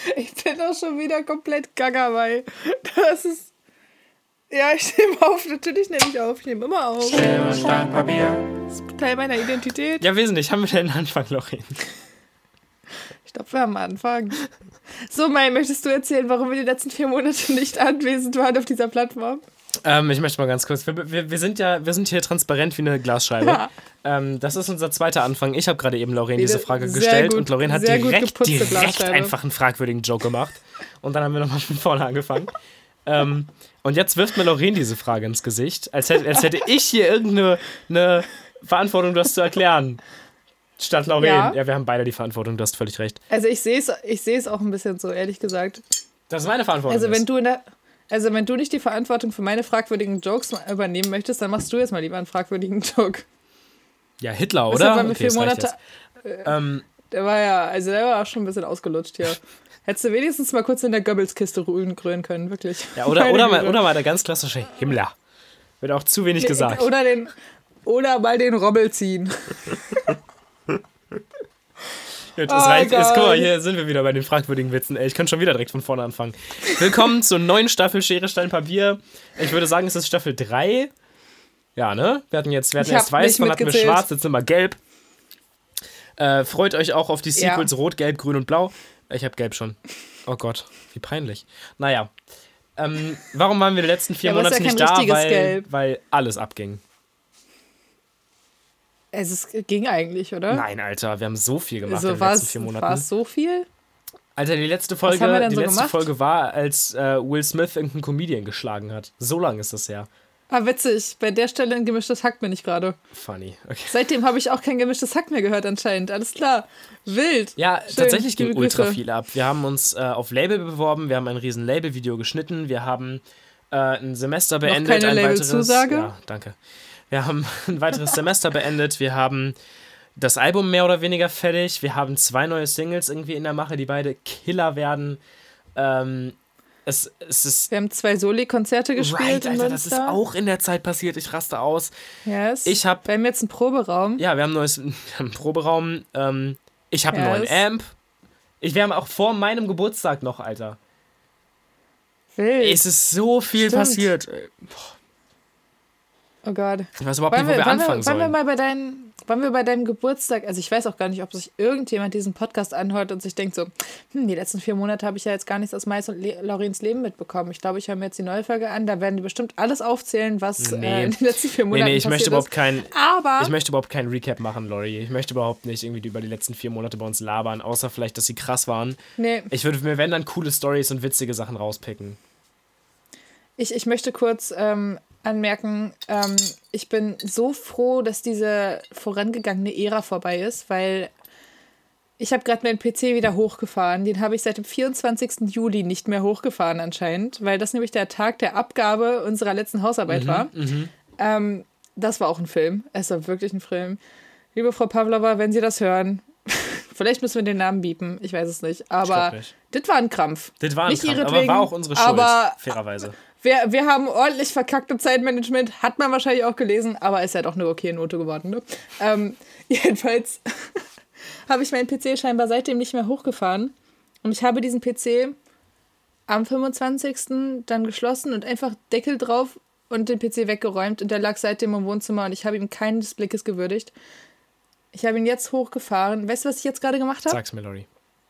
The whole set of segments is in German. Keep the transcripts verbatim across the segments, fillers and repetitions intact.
Ich bin auch schon wieder komplett gaga, weil das ist... Ja, ich nehme auf. Natürlich nehme ich auf. Ich nehme immer auf. Schere, Stein, Papier. Das ist Teil meiner Identität. Ja, wesentlich. Haben wir denn Anfang, Lorraine? Ich glaube, wir haben Anfang. So, Mai, möchtest du erzählen, warum wir die letzten vier Monate nicht anwesend waren auf dieser Plattform? Ähm, ich möchte mal ganz kurz, wir, wir, wir sind ja, wir sind hier transparent wie eine Glasscheibe. Ja. Ähm, das ist unser zweiter Anfang. Ich habe gerade eben Lorraine diese Frage sehr gestellt gut, und Lorraine hat sehr direkt, gut geputzte direkt Glasscheibe. einfach einen fragwürdigen Joke gemacht. Und dann haben wir nochmal von vorne angefangen. ähm, und jetzt wirft mir Lorraine diese Frage ins Gesicht, als hätte, als hätte ich hier irgendeine eine Verantwortung, das zu erklären. Statt Lorraine. Ja. ja, wir haben beide die Verantwortung, du hast völlig recht. Also ich sehe es ich sehe es auch ein bisschen so, ehrlich gesagt. Das ist meine Verantwortung. Also wenn du in der Also wenn du nicht die Verantwortung für meine fragwürdigen Jokes übernehmen möchtest, dann machst du jetzt mal lieber einen fragwürdigen Joke. Ja, Hitler, oder? Deshalb waren wir okay, vier Monate. Äh, ähm, der war ja, also der war auch schon ein bisschen ausgelutscht hier. Hättest du wenigstens mal kurz in der Goebbels-Kiste ruhen krönen können, wirklich. Ja, oder, oder, mal, oder mal der ganz klassische Himmler. Wird auch zu wenig gesagt. Oder, den, oder mal den Robbel ziehen. Gut, das oh reicht. Jetzt, guck mal, hier sind wir wieder bei den fragwürdigen Witzen. Ey, ich kann schon wieder direkt von vorne anfangen. Willkommen zur neuen Staffel Schere, Stein, Papier. Ich würde sagen, es ist Staffel drei. Ja, ne? Wir hatten jetzt, wir hatten erst weiß, dann hatten wir schwarz, jetzt sind wir gelb. Äh, freut euch auch auf die Sequels ja. Rot, Gelb, Grün und Blau. Ich hab Gelb schon. Oh Gott, wie peinlich. Naja. Ähm, warum waren wir die letzten vier ja, Monate ja nicht da? Weil, weil alles abging. Es ist, ging eigentlich, oder? Nein, Alter, wir haben so viel gemacht also in den letzten vier Monaten. War es so viel? Alter, die letzte Folge, die so letzte gemacht? Folge war, als äh, Will Smith irgendeinen Comedian geschlagen hat. So lange ist das her. Ah, witzig. Bei der Stelle ein gemischtes Hack bin ich gerade. Funny, okay. Seitdem habe ich auch kein gemischtes Hack mehr gehört anscheinend. Alles klar. Wild. Ja, Schön. Tatsächlich ging Liebe ultra Grüße. viel ab. Wir haben uns äh, auf Label beworben, wir haben ein riesen Label-Video geschnitten, wir haben äh, ein Semester beendet. Noch keine ein Label-Zusage? Ja, danke. Wir haben ein weiteres Semester beendet, wir haben das Album mehr oder weniger fertig, wir haben zwei neue Singles irgendwie in der Mache, die beide Killer werden. Ähm, es, es ist... Wir haben zwei Soli-Konzerte gespielt right, in Alter, das ist auch in der Zeit passiert, ich raste aus. Yes. Ich hab, wir haben jetzt einen Proberaum. Ja, wir haben, neues, wir haben einen Proberaum. Ähm, ich habe yes. einen neuen Amp. Ich, wir haben auch vor meinem Geburtstag noch, Alter. Wild. Es ist so viel Stimmt. passiert. Oh Gott. Ich weiß überhaupt wollen nicht, wo wir, wir anfangen wir, sollen. Wollen wir mal bei deinen, wollen wir bei deinem Geburtstag, also ich weiß auch gar nicht, ob sich irgendjemand diesen Podcast anhört und sich denkt so, hm, die letzten vier Monate habe ich ja jetzt gar nichts aus Mais und Le- Lorraines Leben mitbekommen. Ich glaube, ich höre mir jetzt die neue Folge an, da werden die bestimmt alles aufzählen, was nee. äh, in den letzten vier Monaten nee, nee, ich passiert möchte überhaupt ist. kein, Aber ich möchte überhaupt keinen Recap machen, Lori. Ich möchte überhaupt nicht irgendwie über die letzten vier Monate bei uns labern, außer vielleicht, dass sie krass waren. Nee. Ich würde mir, wenn dann, coole Storys und witzige Sachen rauspicken. Ich, ich möchte kurz ähm, anmerken, ähm, ich bin so froh, dass diese vorangegangene Ära vorbei ist, weil ich habe gerade meinen P C wieder hochgefahren. Den habe ich seit dem vierundzwanzigsten Juli nicht mehr hochgefahren anscheinend, weil das nämlich der Tag der Abgabe unserer letzten Hausarbeit mhm, war. Mhm. Ähm, das war auch ein Film. Es war wirklich ein Film. Liebe Frau Pavlova, wenn Sie das hören, vielleicht müssen wir den Namen biepen, ich weiß es nicht, aber das war ein Krampf. Das war ein nicht Krampf, ihretwegen, aber war auch unsere Schuld, aber fairerweise. Wir, wir haben ordentlich verkackt im Zeitmanagement, hat man wahrscheinlich auch gelesen, aber ist ja doch eine okay Note geworden. Ne? Ähm, jedenfalls habe ich meinen P C scheinbar seitdem nicht mehr hochgefahren und ich habe diesen P C am fünfundzwanzigsten dann geschlossen und einfach Deckel drauf und den P C weggeräumt und der lag seitdem im Wohnzimmer und ich habe ihm keines Blickes gewürdigt. Ich habe ihn jetzt hochgefahren. Weißt du, was ich jetzt gerade gemacht habe? Sag's mir, Lori.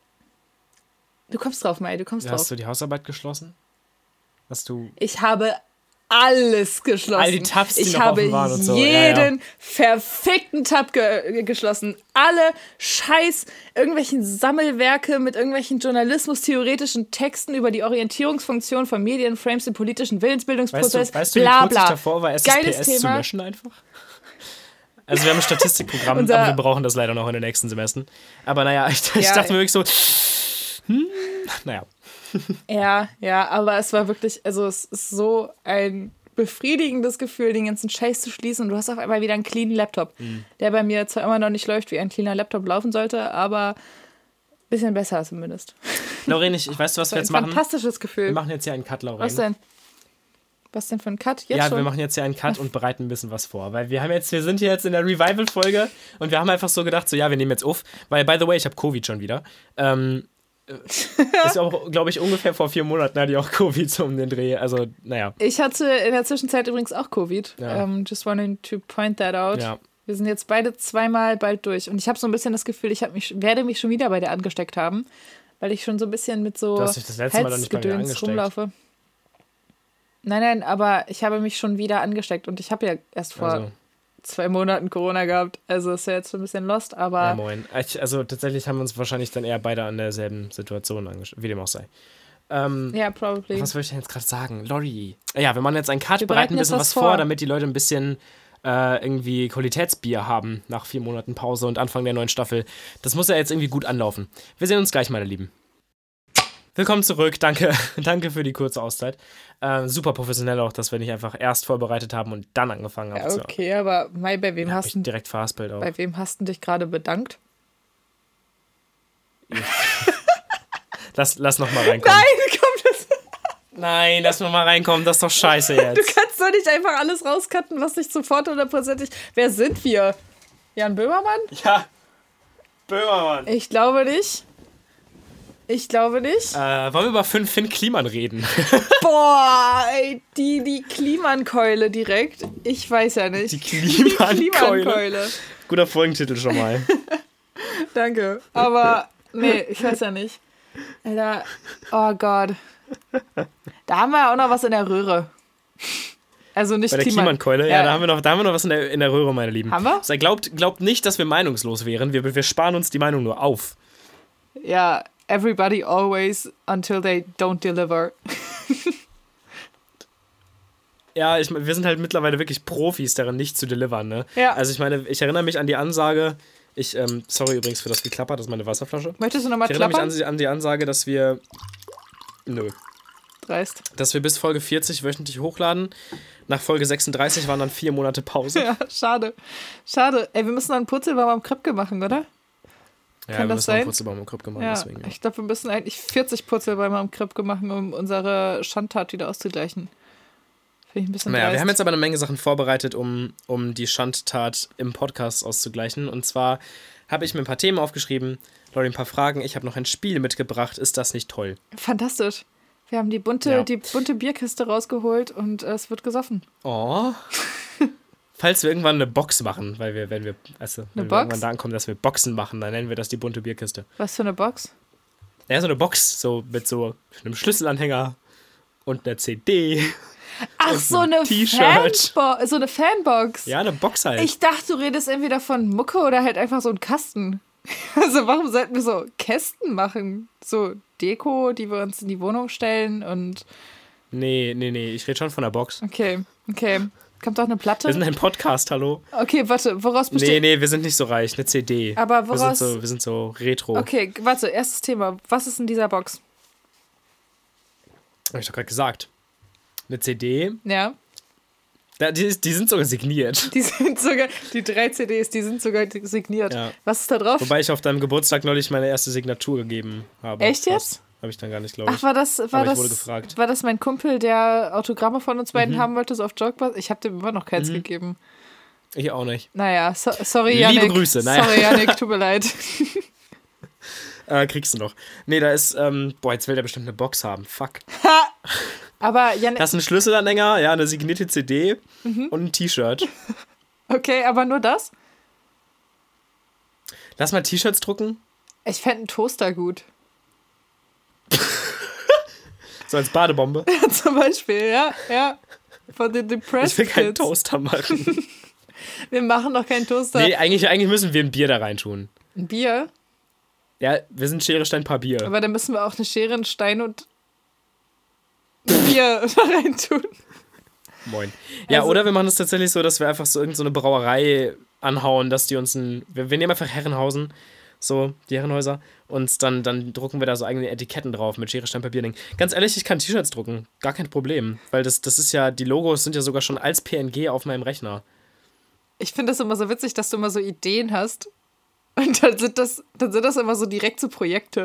Du kommst drauf, Mai, du kommst ja, drauf. Hast du die Hausarbeit geschlossen? Hast du... Ich habe alles geschlossen. All die Tabs, die ich noch habe offen waren und so. jeden ja, ja. verfickten Tab ge- geschlossen. Alle scheiß irgendwelchen Sammelwerke mit irgendwelchen journalismustheoretischen Texten über die Orientierungsfunktion von Medienframes im politischen Willensbildungsprozess. Weißt du, weißt du bla, wie kurz bla. ich davor war, S S P S Geiles zu Thema. löschen einfach? Also wir haben ein Statistikprogramm, Unser aber wir brauchen das leider noch in den nächsten Semestern. Aber naja, ich, ich ja, dachte mir wirklich so, hm, naja. Ja, ja, aber es war wirklich, also es ist so ein befriedigendes Gefühl, den ganzen Scheiß zu schließen und du hast auf einmal wieder einen cleanen Laptop, mhm. der bei mir zwar immer noch nicht läuft, wie ein cleaner Laptop laufen sollte, aber ein bisschen besser zumindest. Lorraine, ich, ich weiß, was wir jetzt machen. Fantastisches Gefühl. Wir machen jetzt hier einen Cut, Lorraine. Was denn? Was denn für ein Cut? Jetzt ja, schon? wir machen jetzt hier einen Cut und bereiten ein bisschen was vor, weil wir haben jetzt, wir sind hier jetzt in der Revival-Folge und wir haben einfach so gedacht, so ja, wir nehmen jetzt auf, weil, by the way, ich habe Covid schon wieder. Ähm, ist auch, glaube ich, ungefähr vor vier Monaten hatte ich auch Covid so um den Dreh. Also, naja. Ich hatte in der Zwischenzeit übrigens auch Covid. Ja. Um, just wanting to point that out. Ja. Wir sind jetzt beide zweimal bald durch. Und ich habe so ein bisschen das Gefühl, ich hab mich, werde mich schon wieder bei dir angesteckt haben, weil ich schon so ein bisschen mit so Du hast dich das letzte Mal doch nicht bei mir Halsgedöns angesteckt. rumlaufe. Nein, nein, aber ich habe mich schon wieder angesteckt und ich habe ja erst vor Also. zwei Monaten Corona gehabt. Also ist ja jetzt schon ein bisschen lost, aber Ja, moin. Ich, also tatsächlich haben wir uns wahrscheinlich dann eher beide an derselben Situation angesteckt, wie dem auch sei. Ähm, ja, probably. Was wollte ich denn jetzt gerade sagen? Lori. Ja, wir machen jetzt einen Cut, Wir bereiten bereiten ein jetzt bisschen was was vor, vor. damit die Leute ein bisschen äh, irgendwie Qualitätsbier haben nach vier Monaten Pause und Anfang der neuen Staffel. Das muss ja jetzt irgendwie gut anlaufen. Wir sehen uns gleich, meine Lieben. Willkommen zurück, danke, danke für die kurze Auszeit. Äh, super professionell auch, dass wir nicht einfach erst vorbereitet haben und dann angefangen haben. Ja, okay, aber Mai, bei wem Ja, hast mich du direkt verhaspelt auch. bei wem hast du dich gerade bedankt? Lass, lass noch mal reinkommen. Nein, komm, das. Nein, lass noch mal reinkommen, das ist doch scheiße Du jetzt. kannst doch nicht einfach alles rauscutten, was nicht sofort hundertprozentig. Wer sind wir? Jan Böhmermann? Ja, Böhmermann. Ich glaube nicht. Ich glaube nicht. Äh, wollen wir über Finn, Finn Kliman reden? Boah, ey, die, die Klimankeule direkt. Ich weiß ja nicht. Die Klimankeule. Klimankeule. Guter Folgentitel schon mal. Danke. Aber, nee, ich weiß ja nicht. Alter, oh Gott. Da haben wir auch noch was in der Röhre. Also nicht Bei der Kliman- Klimankeule, ja, ja, da haben wir noch, da haben wir noch was in der, in der Röhre, meine Lieben. Haben wir? Also, glaubt, glaubt nicht, dass wir meinungslos wären. Wir, wir sparen uns die Meinung nur auf. Ja, everybody always until they don't deliver. Ja, ich, wir sind halt mittlerweile wirklich Profis darin, nicht zu delivern, ne? Ja. Also ich meine, ich erinnere mich an die Ansage, ich, ähm, sorry übrigens für das Geklapper, das ist meine Wasserflasche. Möchtest du nochmal Ich erinnere mich klappern? an, an die Ansage, dass wir, nö, Dreist. dass wir bis Folge vierzig wöchentlich hochladen. Nach Folge sechsunddreißig waren dann vier Monate Pause. Ja, schade. Schade. Ey, wir müssen noch einen Purzelbaum am Kröpke machen, oder? Ja, Kann wir das müssen sein? auch Purzelbaum im Krüppke machen, Ja, deswegen. Ja. ich glaube, wir müssen eigentlich vierzig Purzelbäume am Kröpke machen, um unsere Schandtat wieder auszugleichen. Finde ich ein bisschen Naja, dreist. wir haben jetzt aber eine Menge Sachen vorbereitet, um, um die Schandtat im Podcast auszugleichen. Und zwar habe ich mir ein paar Themen aufgeschrieben, Lori, ein paar Fragen. Ich habe noch ein Spiel mitgebracht. Ist das nicht toll? Fantastisch. Wir haben die bunte, Ja. die bunte Bierkiste rausgeholt und äh, es wird gesoffen. Oh. Falls wir irgendwann eine Box machen, weil wir, wenn wir, also, wenn wir Box? irgendwann da ankommen, dass wir Boxen machen, dann nennen wir das die bunte Bierkiste. Was für eine Box? Ja, so eine Box, so mit so einem Schlüsselanhänger und einer C D. Ach, Und so ein eine, T-Shirt. Fanbo- so eine Fanbox. Ja, eine Box halt. Ich dachte, du redest entweder von Mucke oder halt einfach so ein Kasten. Also warum sollten wir so Kästen machen? So Deko, die wir uns in die Wohnung stellen und... Nee, nee, nee, ich rede schon von der Box. Okay, okay. Kommt doch eine Platte? Wir sind ein Podcast, hallo? Okay, warte, woraus Nee, besteht... nee, wir sind nicht so reich, eine C D. Aber Wir sind woraus- so, wir sind so retro. Okay, warte, erstes Thema. Was ist in dieser Box? Hab ich doch gerade gesagt. Eine C D, Ja, da, die, ist- die sind sogar signiert. die sind sogar... Die drei C Ds, die sind sogar signiert. Ja. Was ist da drauf? Wobei ich auf deinem Geburtstag neulich meine erste Signatur gegeben habe. Echt jetzt? Habe ich dann gar nicht, glaube ich. Ach, war das, war, Aber ich das, wurde gefragt. war das mein Kumpel, der Autogramme von uns beiden Mhm. haben wollte, so auf Jokebus? Ich habe dem immer noch keins Mhm. gegeben. Ich auch nicht. Naja, so, sorry, Liebe Yannick. Grüße, naja. Sorry, Yannick, tut mir leid. Äh, kriegst du noch. Nee, da ist, ähm, boah, jetzt will der bestimmt eine Box haben. Fuck. Aber Yannick, Da ist ein Schlüsselanhänger, ja, eine signierte C D Mhm. und ein T-Shirt. okay, aber nur das? Lass mal T-Shirts drucken. Ich fände einen Toaster gut. So als Badebombe. Zum Beispiel, ja, ja. Von den Depressed Ich will keinen Kids. Toaster machen. Wir machen doch keinen Toaster. Nee, eigentlich, eigentlich müssen wir ein Bier da reintun. Ein Bier? Ja, wir sind Schere, Stein, Papier. Aber dann müssen wir auch eine Schere, einen Stein und ein Bier da reintun. Moin. Ja, Also- oder wir machen es tatsächlich so, dass wir einfach so irgendeine so eine Brauerei anhauen, dass die uns ein. Wir, wir nehmen einfach Herrenhausen, so, die Herrenhäuser, und dann, dann drucken wir da so eigene Etiketten drauf mit Schere, Stein, Papier. Ding. Ganz ehrlich, ich kann T-Shirts drucken. Gar kein Problem. Weil das, das ist ja, die Logos sind ja sogar schon als P N G auf meinem Rechner. Ich finde das immer so witzig, dass du immer so Ideen hast. Und dann sind das, dann sind das immer so direkt so Projekte.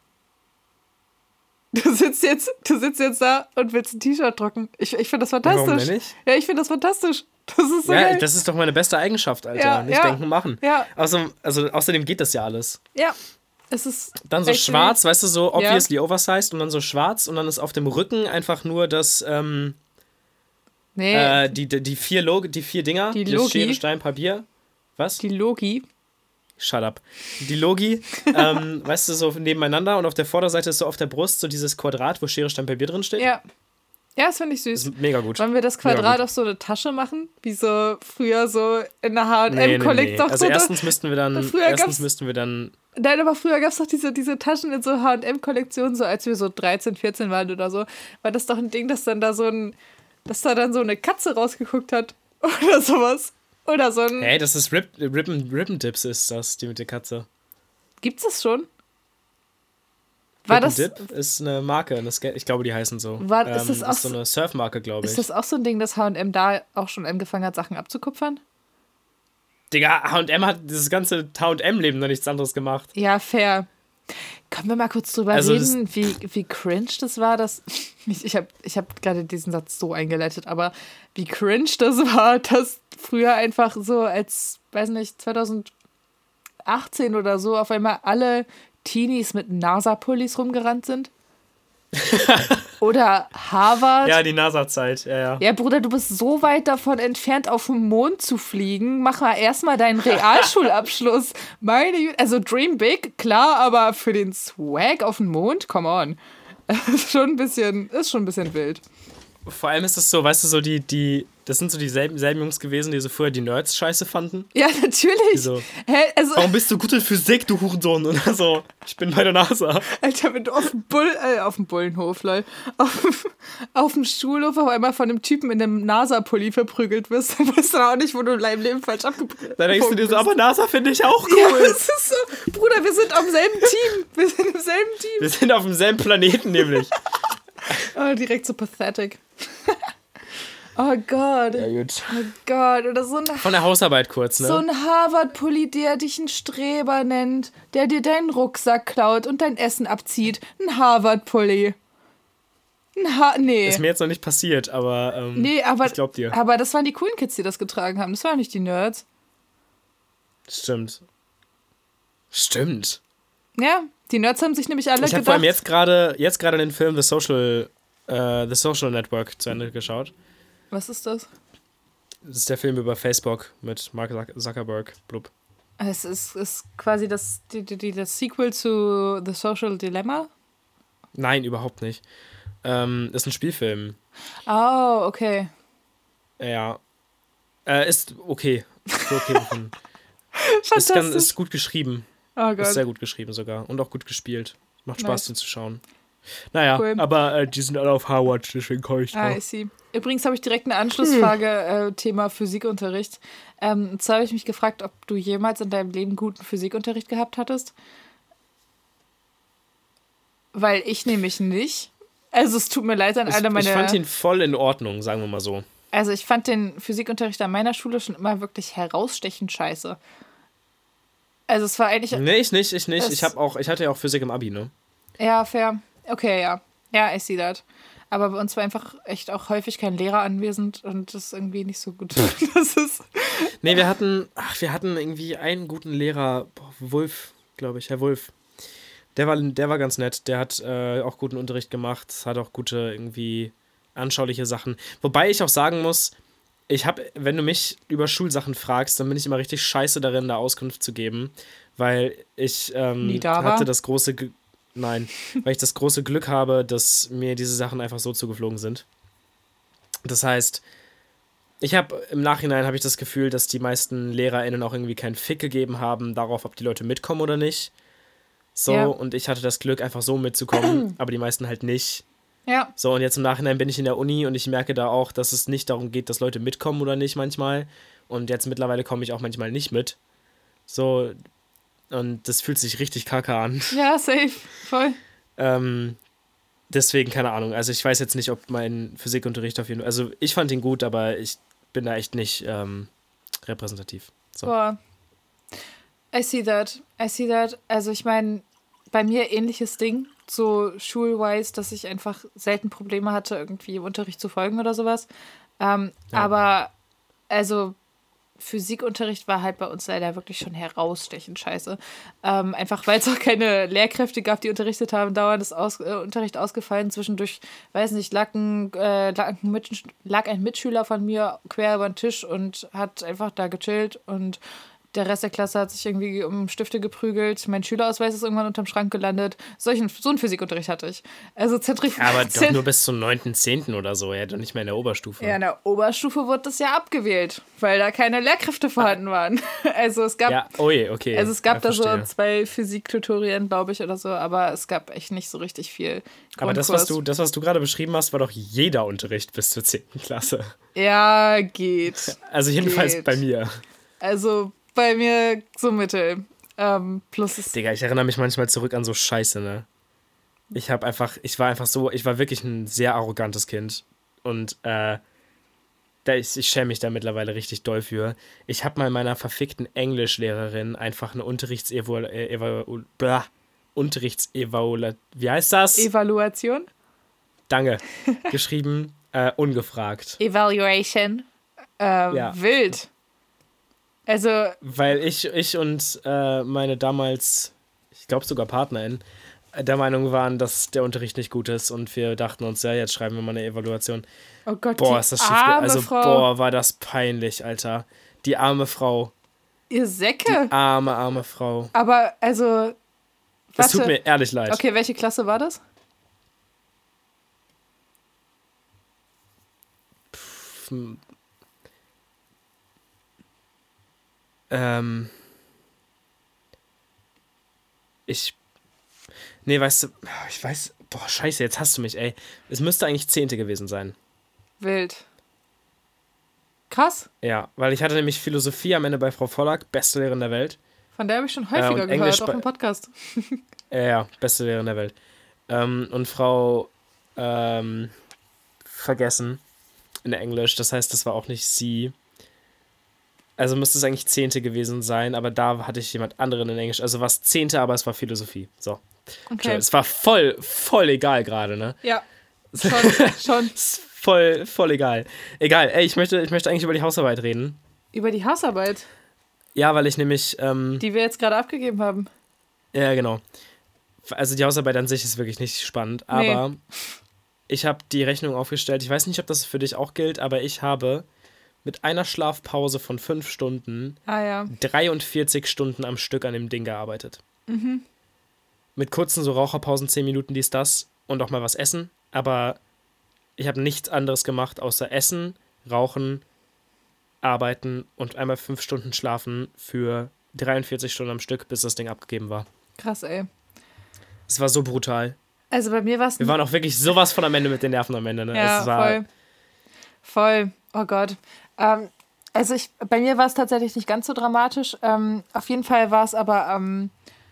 Du sitzt jetzt, du sitzt jetzt da und willst ein T-Shirt drucken. Ich, ich finde das fantastisch. Warum denn nicht? Ja, ich finde das fantastisch. Das ist so Ja, geil. das ist doch meine beste Eigenschaft, Alter. Ja, nicht ja. denken, machen. Ja. Außerdem, also, außerdem geht das ja alles. Ja, Es ist Dann so actually- schwarz, weißt du, so Ja. obviously oversized und dann so schwarz und dann ist auf dem Rücken einfach nur das, ähm, Nee, äh, die, die, die vier Log die vier Dinger. Die das Logi. Schere, Stein, Papier. Was? die Logi. Shut up. Die Logi, ähm, weißt du, so nebeneinander und auf der Vorderseite ist so auf der Brust so dieses Quadrat, wo Schere, Stein, Papier drin steht. Ja. Ja, das finde ich Das süß. ist mega gut. Wollen wir das Mega Quadrat gut. auf so eine Tasche machen? Wie so früher so in der H und Nee, nee, M-Collect nee. doch Also so. erstens müssten wir dann, Früher erstens gab's- müssten wir dann, Nein, aber früher gab es doch diese, diese Taschen in so H und M-Kollektionen, so als wir so dreizehn, vierzehn waren oder so. War das doch ein Ding, dass dann da so ein, dass da dann so eine Katze rausgeguckt hat oder sowas. Oder so ein. hey, das ist Rip, Ribbon, Ribbon Dips ist das, die mit der Katze. Gibt's das schon? War Rip das, Dip ist eine Marke, eine Ska- ich glaube, die heißen so. War- ist ähm, das auch ist so eine Surfmarke, glaube ich. ist das auch so ein Ding, dass H und M da auch schon angefangen hat, Sachen abzukupfern? Digga, H und M hat dieses ganze H und M-Leben noch nichts anderes gemacht. Ja, fair. Können wir mal kurz drüber Also das- reden, wie, wie cringe das war, dass. Ich, ich habe ich hab gerade diesen Satz so eingeleitet, aber wie cringe das war, dass früher einfach so als, weiß nicht, zweitausendachtzehn oder so auf einmal alle Teenies mit NASA-Pullis rumgerannt sind. Oder Harvard. Ja, die NASA-Zeit, ja, ja. Ja, Bruder, du bist so weit davon entfernt, auf den Mond zu fliegen. Mach mal erstmal deinen Realschulabschluss. Meine Güte. Also Dream Big, klar, aber für den Swag auf den Mond, come on. Ist schon ein bisschen, ist schon ein bisschen wild. Vor allem ist es so, weißt du, so die, die, das sind so dieselben selben Jungs gewesen, die so früher die Nerds scheiße fanden. Ja, natürlich. So, Hä, also, warum bist du gut in Physik, du Hurensohn? Und so, ich bin bei der NASA. Alter, wenn du auf dem Bull, äh, auf dem Bullenhof, lol, auf, auf dem Schulhof auf einmal von einem Typen in einem NASA-Pulli verprügelt wirst, dann weißt du auch nicht, wo du in deinem Leben falsch abgeprügelt Da denkst du dir so, aber NASA finde ich auch Ja, cool. es ist so, Bruder, wir sind am selben Team. Wir sind im selben Team. Wir sind auf demselben Planeten nämlich. Oh, direkt so pathetic. Oh Gott. Ja, gut. Oh Gott. Oder so ein, Von der Hausarbeit kurz, ne? so ein Harvard-Pulli, der dich einen Streber nennt, der dir deinen Rucksack klaut und dein Essen abzieht. Ein Harvard-Pulli. Ein ha nee. Ist mir jetzt noch nicht passiert, aber, ähm, Nee, aber, ich glaub dir. aber das waren die coolen Kids, die das getragen haben. Das waren nicht die Nerds. Stimmt. Stimmt. Ja, die Nerds haben sich nämlich alle Ich habe gedacht... vor allem jetzt gerade jetzt gerade den Film The Social, äh, The Social Network zu Ende geschaut. Was ist das? Das ist der Film über Facebook mit Mark Zuck- Zuckerberg. Blub. Es ist, ist quasi das, die, die, die- das Sequel zu The Social Dilemma. Nein, überhaupt nicht. Ähm, ist ein Spielfilm. Oh, okay. Ja. Äh, ist okay. Ist okay gefunden. ist, ganz, Fantastisch. ist gut geschrieben. Oh Ist Gott. sehr gut geschrieben sogar. Und auch gut gespielt. Macht Spaß, Nice. den zu schauen. Naja, Cool. aber äh, die sind alle auf Harvard, deswegen komme ich Ah, drauf. I see. Übrigens habe ich direkt eine Anschlussfrage, äh, Thema Physikunterricht. Ähm, und zwar habe ich mich gefragt, ob du jemals in deinem Leben guten Physikunterricht gehabt hattest. Weil ich nämlich nicht. Also es tut mir leid an Ich, alle meine... ich fand ihn voll in Ordnung, sagen wir mal so. also ich fand den Physikunterricht an meiner Schule schon immer wirklich herausstechend scheiße. Also es war eigentlich... Nee, ich nicht, ich nicht. Es- Ich hab auch, ich hatte ja auch Physik im Abi, ne? Ja, fair. Okay, ja. Ja, I see that. Aber bei uns war einfach echt auch häufig kein Lehrer anwesend und das ist irgendwie nicht so gut. Das ist... Nee, wir hatten, ach, wir hatten irgendwie einen guten Lehrer, boah, Wulf, glaube ich, Herr Wulf. Der war, der war ganz nett, der hat äh, auch guten Unterricht gemacht, hat auch gute, irgendwie anschauliche Sachen. Wobei ich auch sagen muss, ich habe, wenn du mich über Schulsachen fragst, dann bin ich immer richtig scheiße darin, da Auskunft zu geben, weil ich ähm, Nie da war? hatte das große, Gl- nein, weil ich das große Glück habe, dass mir diese Sachen einfach so zugeflogen sind. Das heißt, ich habe im Nachhinein habe ich das Gefühl, dass die meisten LehrerInnen auch irgendwie keinen Fick gegeben haben darauf, ob die Leute mitkommen oder nicht. So, Ja. und ich hatte das Glück, einfach so mitzukommen, aber die meisten halt nicht. Ja, So, und jetzt im Nachhinein bin ich in der Uni und ich merke da auch, dass es nicht darum geht, dass Leute mitkommen oder nicht manchmal. Und jetzt mittlerweile komme ich auch manchmal nicht mit. So, und das fühlt sich richtig kacke an. ja, safe. Voll. Ähm, deswegen, keine Ahnung. Also ich weiß jetzt nicht, ob mein Physikunterricht auf jeden Fall... Also ich fand ihn gut, aber ich bin da echt nicht ähm, repräsentativ. So. Boah. I see that. I see that. Also ich meine, bei mir ähnliches Ding, so schulwise, dass ich einfach selten Probleme hatte, irgendwie im Unterricht zu folgen oder sowas. Ähm, Ja. Aber, also, Physikunterricht war halt bei uns leider wirklich schon herausstechend scheiße. Ähm, einfach weil es auch keine Lehrkräfte gab, die unterrichtet haben, dauernd ist Aus, äh, Unterricht ausgefallen. Zwischendurch, weiß nicht, lag ein, äh, lag, ein Mit, lag ein Mitschüler von mir quer über den Tisch und hat einfach da gechillt und der Rest der Klasse hat sich irgendwie um Stifte geprügelt. Mein Schülerausweis ist irgendwann unterm Schrank gelandet. Solchen, so einen Physikunterricht hatte ich. Also Zentrif- Aber doch nur bis zum neunten zehnten oder so, ja, doch nicht mehr in der Oberstufe. Ja, in der Oberstufe wurde das ja abgewählt, weil da keine Lehrkräfte vorhanden waren. Also es gab, ja, oh je, okay. Also es gab ja, da so verstehe. zwei Physiktutorien, glaube ich, oder so, aber es gab echt nicht so richtig viel Grundkurs. Aber das, was du, das, was du gerade beschrieben hast, war doch jeder Unterricht bis zur zehnten Klasse. Ja, geht. Also jedenfalls geht. bei mir. Also bei mir so mittel. Ähm, plus es Digga, ich erinnere mich manchmal zurück an so Scheiße, ne? Ich hab einfach, ich war einfach so, ich war wirklich ein sehr arrogantes Kind. Und, äh, da ist, ich schäme mich da mittlerweile richtig doll für. Ich habe mal meiner verfickten Englischlehrerin einfach eine Unterrichtsevalu... Äh, Evalu blah, Unterrichtsevalu... Wie heißt das? Evaluation? Danke. Geschrieben, äh, ungefragt. Evaluation. Ähm, Ja. Wild. Also, Weil ich, ich und äh, meine damals, ich glaube sogar Partnerin, der Meinung waren, dass der Unterricht nicht gut ist und wir dachten uns, ja, jetzt schreiben wir mal eine Evaluation. oh Gott, Boah, die ist das schief. arme Also, Frau. boah, war das peinlich, Alter. Die arme Frau. Ihr Säcke. Arme, arme Frau. Aber, also, Es tut warte. mir ehrlich leid. Okay, welche Klasse war das? Pff, ähm. Ich. Nee, weißt du, ich weiß. Boah, scheiße, jetzt hast du mich, ey. Es müsste eigentlich Zehnte gewesen sein. Wild. Krass. Ja, weil ich hatte nämlich Philosophie am Ende bei Frau Vollack, beste Lehrerin der Welt. Von der habe ich schon häufiger und gehört, Englisch auch bei- im Podcast. Ja, ja, beste Lehrerin der Welt. Ähm, und Frau ähm, vergessen in Englisch, das heißt, das war auch nicht sie. Also müsste es eigentlich Zehnte gewesen sein, aber da hatte ich jemand anderen in Englisch. Also war es Zehnte, aber es war Philosophie. So. Okay. Es war voll, voll egal gerade, ne? Ja, schon, schon. Ist voll, voll egal. Egal, ey, ich möchte, ich möchte eigentlich über die Hausarbeit reden. Über die Hausarbeit, Ja, weil ich nämlich, ähm, die wir jetzt gerade abgegeben haben. ja, genau. Also die Hausarbeit an sich ist wirklich nicht spannend, aber ich habe die Rechnung aufgestellt. Ich weiß nicht, ob das für dich auch gilt, aber ich habe mit einer Schlafpause von fünf Stunden Ah ja. dreiundvierzig Stunden am Stück an dem Ding gearbeitet. Mhm. Mit kurzen so Raucherpausen, zehn Minuten dies, das und auch mal was essen, aber ich habe nichts anderes gemacht, außer essen, rauchen, arbeiten und einmal fünf Stunden schlafen für dreiundvierzig Stunden am Stück, bis das Ding abgegeben war. Krass, ey. Es war so brutal. Also bei mir war es Wir waren auch wirklich sowas von am Ende mit den Nerven am Ende. Ne? ja, es war, voll. Voll. Oh Gott. Ähm, also ich, bei mir war es tatsächlich nicht ganz so dramatisch. Ähm, auf jeden Fall war es aber ähm,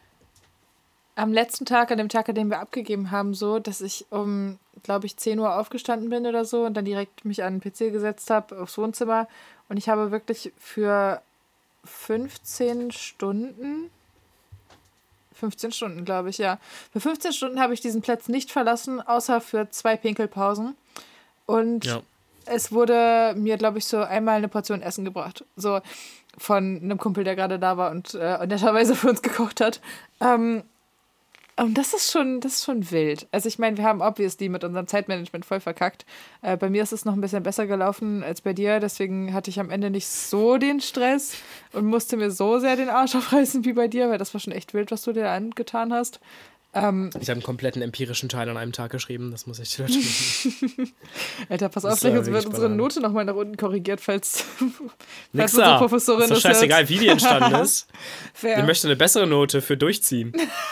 am letzten Tag, an dem Tag, an dem wir abgegeben haben, so, dass ich um, glaube ich, zehn Uhr aufgestanden bin oder so und dann direkt mich an den P C gesetzt habe, aufs Wohnzimmer. Und ich habe wirklich für fünfzehn Stunden, fünfzehn Stunden, glaube ich, ja. Für fünfzehn Stunden habe ich diesen Platz nicht verlassen, außer für zwei Pinkelpausen. Und Ja. es wurde mir, glaube ich, so einmal eine Portion Essen gebracht. So von einem Kumpel, der gerade da war und äh, netterweise für uns gekocht hat. Ähm, und das ist schon, das ist schon wild. Also ich meine, wir haben obviously mit unserem Zeitmanagement voll verkackt. Äh, bei mir ist es noch ein bisschen besser gelaufen als bei dir. Deswegen hatte ich am Ende nicht so den Stress und musste mir so sehr den Arsch aufreißen wie bei dir, weil das war schon echt wild, was du dir angetan hast. Ähm, Ich habe einen kompletten empirischen Teil an einem Tag geschrieben, das muss ich dir tun. Alter, pass Das auf, ist, gleich äh, uns wird wirklich unsere banal. Note nochmal nach unten korrigiert, falls, falls Nix unsere da. Professorin Ist doch das hört. scheißegal, wie die entstanden ist. Fair. Ich möchte eine bessere Note für Durchziehen.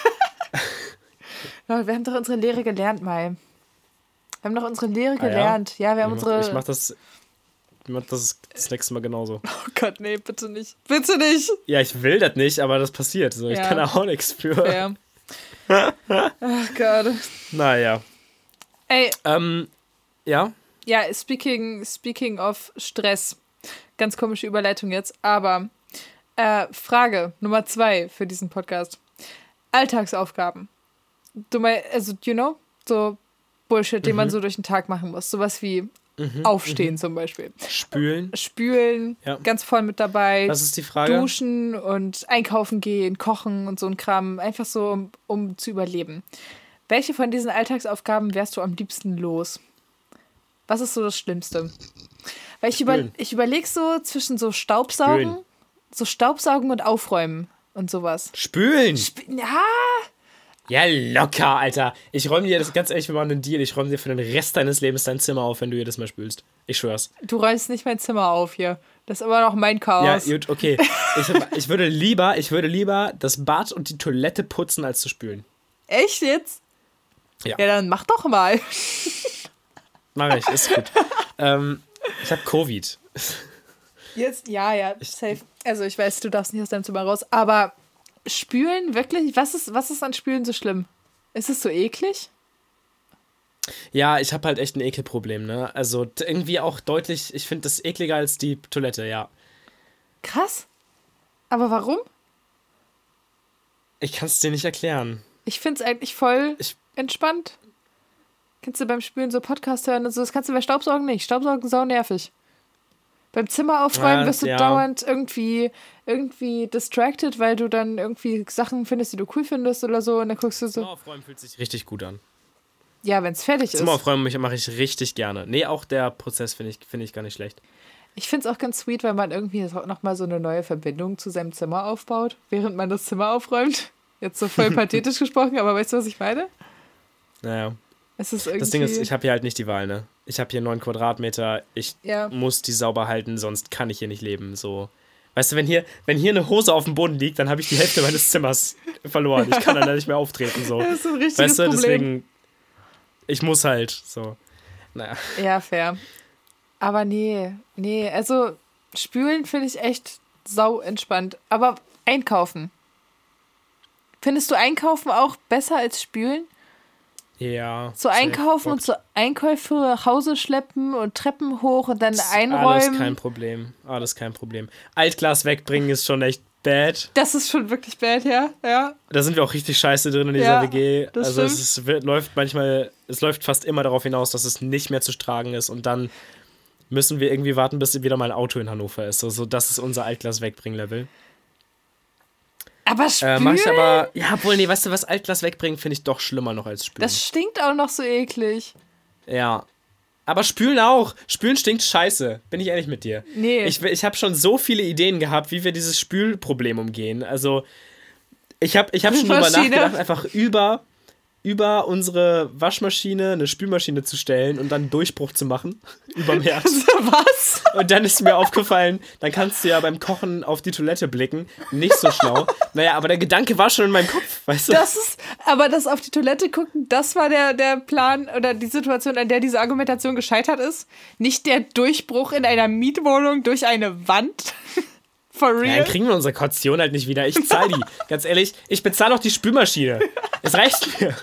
Ja, wir haben doch unsere Lehre gelernt, Mai. Wir haben doch unsere Lehre Ah ja? gelernt. Ja, wir haben Ich mach, unsere... ich mach das, ich mach das das nächste Mal genauso. Oh Gott, nee, bitte nicht. Bitte nicht. Ja, ich will das nicht, aber das passiert. So, ich Ja. kann da auch nichts für. Fair. Ach Gott. Naja. Ey, Ähm, ja? ja, speaking, speaking of Stress. Ganz komische Überleitung jetzt, aber äh, Frage Nummer zwei für diesen Podcast. Alltagsaufgaben. Du meinst, also, you know, so Bullshit, den Mhm. man so durch den Tag machen muss. Sowas wie Mhm, Aufstehen mhm. zum Beispiel. Spülen. Spülen, ja. Ganz voll mit dabei. Was ist die Frage? Duschen und einkaufen gehen, kochen und so ein Kram. Einfach so, um, um zu überleben. Welche von diesen Alltagsaufgaben wärst du am liebsten los? Was ist so das Schlimmste? Weil ich, über, ich überlege so zwischen so Staubsaugen, Spülen. so Staubsaugen und Aufräumen und sowas. Spülen! Sp- ja! Ja, locker, Alter. Ich räume dir das ganz ehrlich, wir machen einen Deal. Ich räume dir für den Rest deines Lebens dein Zimmer auf, wenn du jedes Mal spülst. Ich schwör's. Du räumst nicht mein Zimmer auf hier. Das ist aber noch mein Chaos. Ja, gut, okay. Ich, ich, würde lieber, ich würde lieber das Bad und die Toilette putzen, als zu spülen. Echt jetzt? Ja. Ja, dann mach doch mal. Mach ich, ist gut. ähm, ich hab Covid. Jetzt, ja, ja, safe. Also ich weiß, du darfst nicht aus deinem Zimmer raus, aber Spülen, wirklich? Was ist, was ist an Spülen so schlimm? Ist es so eklig? Ja, ich habe halt echt ein Ekelproblem, ne? Also irgendwie auch deutlich, ich finde das ekliger als die Toilette, ja. Krass. Aber warum? Ich kann es dir nicht erklären. Ich finde es eigentlich voll ich, entspannt. Kannst du beim Spülen so Podcast hören und so, das kannst du bei Staubsaugen nicht. Staubsaugen sau nervig. Beim Zimmer aufräumen ja, wirst du ja. dauernd irgendwie, irgendwie distracted, weil du dann irgendwie Sachen findest, die du cool findest oder so. Und dann guckst du so. Zimmer aufräumen fühlt sich richtig gut an. Ja, wenn es fertig ist. Zimmer aufräumen mache ich richtig gerne. Nee, auch der Prozess finde ich, find ich gar nicht schlecht. Ich finde es auch ganz sweet, weil man irgendwie nochmal so eine neue Verbindung zu seinem Zimmer aufbaut, während man das Zimmer aufräumt. Jetzt so voll pathetisch gesprochen, aber weißt du, was ich meine? Naja. Es ist irgendwie... Das Ding ist, ich habe hier halt nicht die Wahl, ne? Ich habe hier neun Quadratmeter, ich ja. muss die sauber halten, sonst kann ich hier nicht leben, so. Weißt du, wenn hier, wenn hier eine Hose auf dem Boden liegt, dann habe ich die Hälfte meines Zimmers verloren. Ich kann dann nicht mehr auftreten, so. Das ist ein richtiges weißt du, Problem. Deswegen, ich muss halt, so. Naja. Ja, fair. Aber nee, nee, also spülen finde ich echt sau entspannt. Aber einkaufen. Findest du Einkaufen auch besser als spülen? Ja. So einkaufen und so Einkäufe nach Hause schleppen und Treppen hoch und dann einräumen. Alles kein Problem. Alles kein Problem. Altglas wegbringen ist schon echt bad. Das ist schon wirklich bad, ja. ja. Da sind wir auch richtig scheiße drin in dieser ja, W G. Das also es, ist, es läuft manchmal, es läuft fast immer darauf hinaus, dass es nicht mehr zu tragen ist und dann müssen wir irgendwie warten, bis wieder mal ein Auto in Hannover ist. So, so das ist unser Altglas wegbringen Level. Aber spülen? Äh, mach ich aber, ja, obwohl, nee, weißt du, was Altglas wegbringen, finde ich doch schlimmer noch als spülen. Das stinkt auch noch so eklig. Ja. Aber spülen auch. Spülen stinkt scheiße. Bin ich ehrlich mit dir. Nee. Ich, ich habe schon so viele Ideen gehabt, wie wir dieses Spülproblem umgehen. Also, ich habe ich hab schon drüber nachgedacht, einfach über, über unsere Waschmaschine eine Spülmaschine zu stellen und dann einen Durchbruch zu machen. Überm Herd. Was? Und dann ist mir aufgefallen, dann kannst du ja beim Kochen auf die Toilette blicken. Nicht so schlau. Naja, aber der Gedanke war schon in meinem Kopf, weißt du? Das ist, aber das auf die Toilette gucken, das war der, der Plan oder die Situation, an der diese Argumentation gescheitert ist. Nicht der Durchbruch in einer Mietwohnung durch eine Wand. For real? Ja, dann kriegen wir unsere Kaution halt nicht wieder. Ich zahle die. Ganz ehrlich, ich bezahle auch die Spülmaschine. Es reicht mir.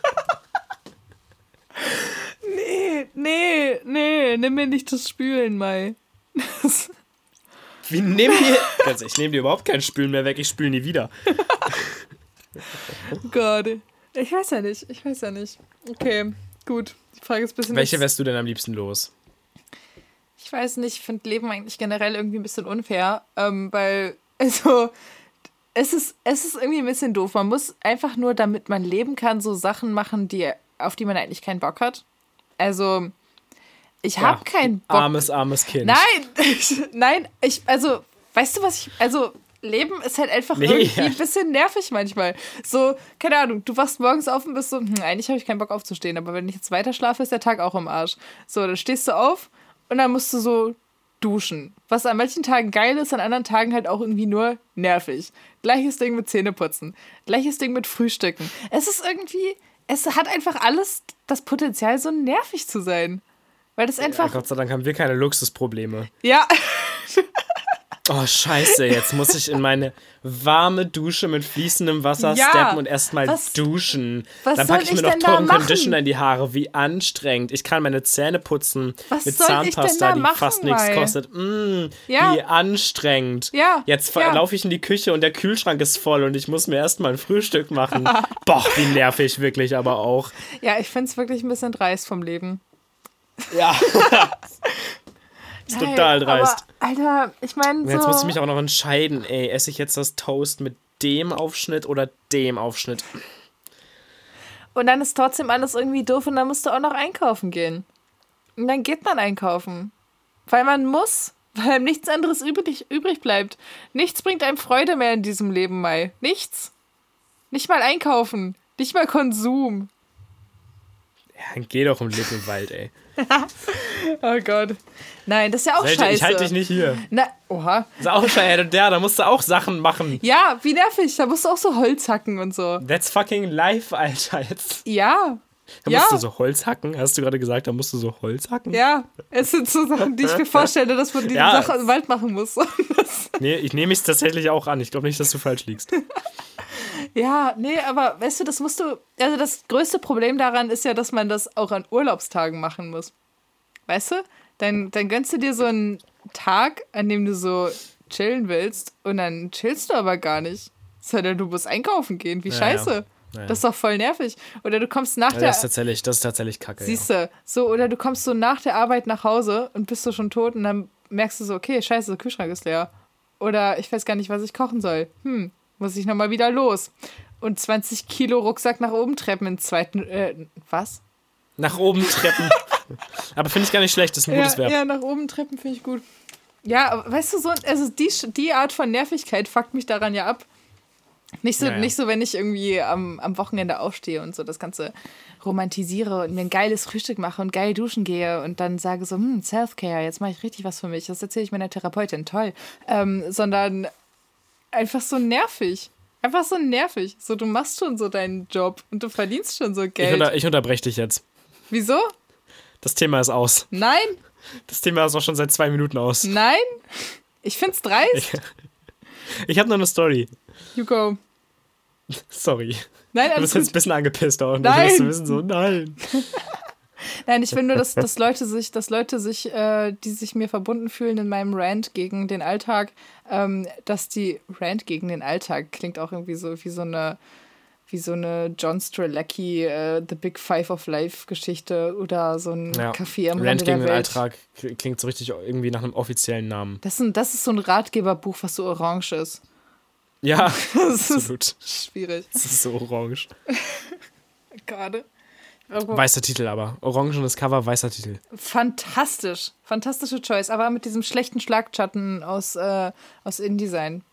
Nee, nee, nee, nimm mir nicht das Spülen, Mai. Wie nehmen wir. Also ich nehme dir überhaupt kein Spülen mehr weg, ich spüle nie wieder. Gott. Ich weiß ja nicht, ich weiß ja nicht. Okay, gut. Die Frage ist ein bisschen. Welche wärst du denn am liebsten los? Ich weiß nicht, ich finde Leben eigentlich generell irgendwie ein bisschen unfair, ähm, weil, also, es ist, es ist irgendwie ein bisschen doof. Man muss einfach nur, damit man leben kann, so Sachen machen, die, auf die man eigentlich keinen Bock hat. Also, ich ja, habe keinen Bock. Armes, armes Kind. Nein, ich, nein, ich, also, weißt du, was ich, also, Leben ist halt einfach nee, irgendwie ja. ein bisschen nervig manchmal. So, keine Ahnung, du wachst morgens auf und bist so, hm, eigentlich habe ich keinen Bock aufzustehen, aber wenn ich jetzt weiter schlafe, ist der Tag auch im Arsch. So, dann stehst du auf und dann musst du so duschen. Was an manchen Tagen geil ist, an anderen Tagen halt auch irgendwie nur nervig. Gleiches Ding mit Zähneputzen. Gleiches Ding mit Frühstücken. Es ist irgendwie, es hat einfach alles das Potenzial, so nervig zu sein. Weil das einfach... Ja, Gott sei Dank haben wir keine Luxusprobleme. Ja. Oh, scheiße, jetzt muss ich in meine warme Dusche mit fließendem Wasser ja, steppen und erstmal duschen. Was Dann packe ich mir ich noch teuren Conditioner in die Haare. Wie anstrengend. Ich kann meine Zähne putzen was mit Zahnpasta, die machen, fast nichts mal? kostet. Mm, ja. Wie anstrengend. Ja. Jetzt ja. laufe ich in die Küche und der Kühlschrank ist voll und ich muss mir erstmal ein Frühstück machen. Boah, wie nervig wirklich aber auch. Ja, ich finde es wirklich ein bisschen dreist vom Leben. Ja. Das ist total dreist. Aber, Alter, ich meine so... Jetzt muss ich mich auch noch entscheiden, ey, esse ich jetzt das Toast mit dem Aufschnitt oder dem Aufschnitt? Und dann ist trotzdem alles irgendwie doof und dann musst du auch noch einkaufen gehen. Und dann geht man einkaufen. Weil man muss, weil einem nichts anderes übrig, übrig bleibt. Nichts bringt einem Freude mehr in diesem Leben, Mai. Nichts. Nicht mal einkaufen. Nicht mal Konsum. Ja, dann geh doch im Littelwald, ey. Oh Gott. Nein, das ist ja auch Seid, scheiße. Ich halte dich nicht hier. Na, oha. Das ist auch scheiße. Und der, da musst du auch Sachen machen. Ja, wie nervig. Da musst du auch so Holz hacken und so. That's fucking life, Alter. Jetzt. Ja. Da ja. musst du so Holz hacken? Hast du gerade gesagt, da musst du so Holz hacken? Ja, es sind so Sachen, die ich mir vorstelle, dass man die ja. Sache im Wald machen muss. Nee, ich nehme es tatsächlich auch an. Ich glaube nicht, dass du falsch liegst. Ja, nee, aber weißt du, das musst du, also das größte Problem daran ist ja, dass man das auch an Urlaubstagen machen muss. Weißt du? Dann, dann gönnst du dir so einen Tag, an dem du so chillen willst und dann chillst du aber gar nicht. Sondern du musst einkaufen gehen. Wie ja, scheiße. Ja. Ja. Das ist doch voll nervig. Oder du kommst nach ja, der... Das ist tatsächlich, das ist tatsächlich kacke. Siehst ja. du, so, oder du kommst so nach der Arbeit nach Hause und bist so schon tot und dann merkst du so, okay, scheiße, der Kühlschrank ist leer. Oder ich weiß gar nicht, was ich kochen soll. Hm, muss ich nochmal wieder los. Und zwanzig Kilo Rucksack nach oben treppen im zweiten, äh, was? Nach oben treppen. Aber finde ich gar nicht schlecht, das ist ein ja, gutes Verb. Ja, nach oben treppen finde ich gut. Ja, aber weißt du, so, also die, die Art von Nervigkeit fuckt mich daran ja ab. Nicht so, ja, ja. nicht so, wenn ich irgendwie am, am Wochenende aufstehe und so das Ganze romantisiere und mir ein geiles Frühstück mache und geil duschen gehe und dann sage so, hm, Self-Care, jetzt mache ich richtig was für mich. Das erzähle ich meiner Therapeutin, toll. Ähm, sondern einfach so nervig. Einfach so nervig. So, du machst schon so deinen Job und du verdienst schon so Geld. Ich, unter, ich unterbreche dich jetzt. Wieso? Das Thema ist aus. Nein. Das Thema ist auch schon seit zwei Minuten aus. Nein. Ich find's dreist. Ich, ich habe noch eine Story. You go. Sorry. Nein, du bist gut. jetzt ein bisschen angepisst auch. Nein. Du wirst wissen, so, nein. Nein, ich will nur, dass, dass Leute sich, dass Leute sich, äh, die sich mir verbunden fühlen in meinem Rant gegen den Alltag, ähm, dass die Rant gegen den Alltag klingt auch irgendwie so wie so eine, wie so eine John Strelacki, äh, The Big Five of Life Geschichte oder so ein ja. Café am Rant Rande der gegen den Welt. Alltag klingt so richtig irgendwie nach einem offiziellen Namen. Das, sind, das ist so ein Ratgeberbuch, was so orange ist. Ja, das absolut. Ist schwierig. Das ist so orange. Gerade. Weißer Titel aber. Orangenes Cover, weißer Titel. Fantastisch. Fantastische Choice. Aber mit diesem schlechten Schlagschatten aus, äh, aus InDesign.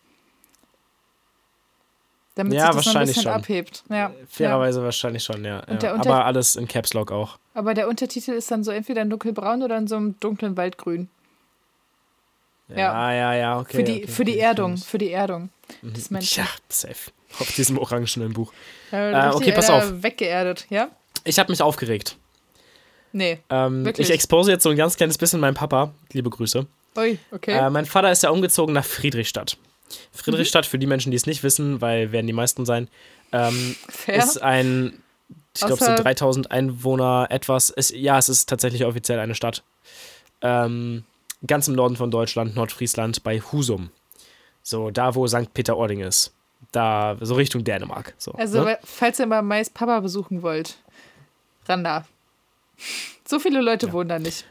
Damit ja, sich das wahrscheinlich noch ein bisschen schon. abhebt. Ja, Fairerweise ja. wahrscheinlich schon, ja. ja. Unter- Aber alles in Caps Lock auch. Aber der Untertitel ist dann so entweder in dunkelbraun oder in so einem dunklen Waldgrün. Ja, ja, ja, ja okay. Für die, okay, für die okay, Erdung, für die Erdung mhm. des Menschen. Ja, safe. Auf diesem orangenen Buch. Ja, äh, okay, pass auf. Weggeerdet, ja? Ich habe mich aufgeregt. Nee, ähm, wirklich? Ich expose jetzt so ein ganz kleines bisschen meinen Papa. Liebe Grüße. Ui, okay. Äh, mein Vater ist ja umgezogen nach Friedrichstadt. Friedrichstadt, mhm. für die Menschen, die es nicht wissen, weil werden die meisten sein, ähm, ist ein, ich glaube so dreitausend Einwohner etwas. Ist, ja, es ist tatsächlich offiziell eine Stadt. Ähm, ganz im Norden von Deutschland, Nordfriesland, bei Husum. So, da wo Sankt Peter-Ording ist. Da, so Richtung Dänemark. So, also, ne? falls ihr mal Mais Papa besuchen wollt, ran da. So viele Leute ja. wohnen da nicht.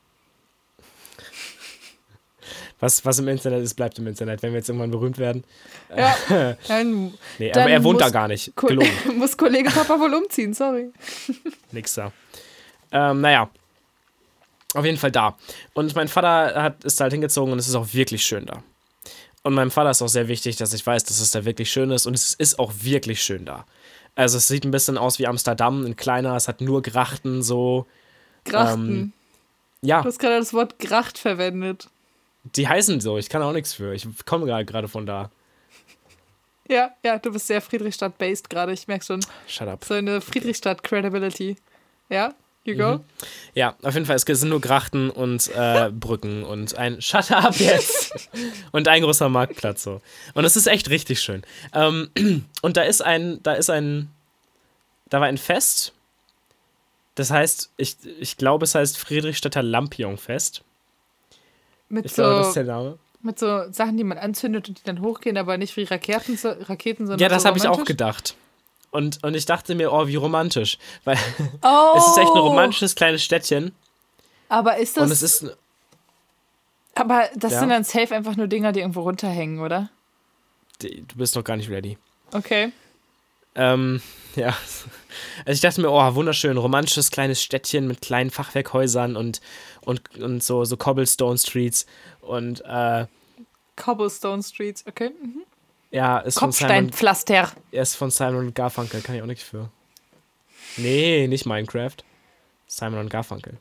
Was, was im Internet ist, bleibt im Internet, wenn wir jetzt irgendwann berühmt werden. Ja, dann, nee, dann aber er wohnt muss, da gar nicht. Ko- Gelogen. muss Kollege Papa wohl umziehen, sorry. Nix da. Ähm, naja. Auf jeden Fall da. Und mein Vater hat, ist halt hingezogen und es ist auch wirklich schön da. Und meinem Vater ist auch sehr wichtig, dass ich weiß, dass es da wirklich schön ist. Und es ist auch wirklich schön da. Also es sieht ein bisschen aus wie Amsterdam, ein kleiner, es hat nur Grachten so. Grachten. Ähm, ja. Du hast gerade das Wort Gracht verwendet. Die heißen so, ich kann auch nichts für. Ich komme gerade von da. Ja, ja, du bist sehr Friedrichstadt-based gerade, ich merke schon. Shut up. So eine Friedrichstadt-Credibility. Ja, you go? Mhm. Ja, auf jeden Fall, es sind nur Grachten und äh, Brücken und ein Shut up jetzt! Und ein großer Marktplatz so. Und es ist echt richtig schön. Ähm, und da ist ein, da ist ein, da war ein Fest. Das heißt, ich, ich glaube, es heißt Friedrichstädter Lampion-Fest. Mit ich so, glaube, das ist der Name. Mit so Sachen, die man anzündet und die dann hochgehen, aber nicht wie Raketen, so, Raketen sondern Ja, das so habe ich auch romantisch. gedacht. Und, und ich dachte mir, oh, wie romantisch. Weil Oh, es ist echt ein romantisches kleines Städtchen. aber ist das... Und es ist... Aber das Ja. sind dann safe einfach nur Dinger, die irgendwo runterhängen, oder? Die- Du bist noch gar nicht ready. Okay. Ähm, ja. Also ich dachte mir, oh, wunderschön, romantisches kleines Städtchen mit kleinen Fachwerkhäusern und, und, und so, so Cobblestone Streets. Und äh, Cobblestone Streets, okay. Mhm. ja, ist von Simon, Kopfsteinpflaster. er ist von Simon und Garfunkel, kann ich auch nichts für. Nee, nicht Minecraft. Simon und Garfunkel.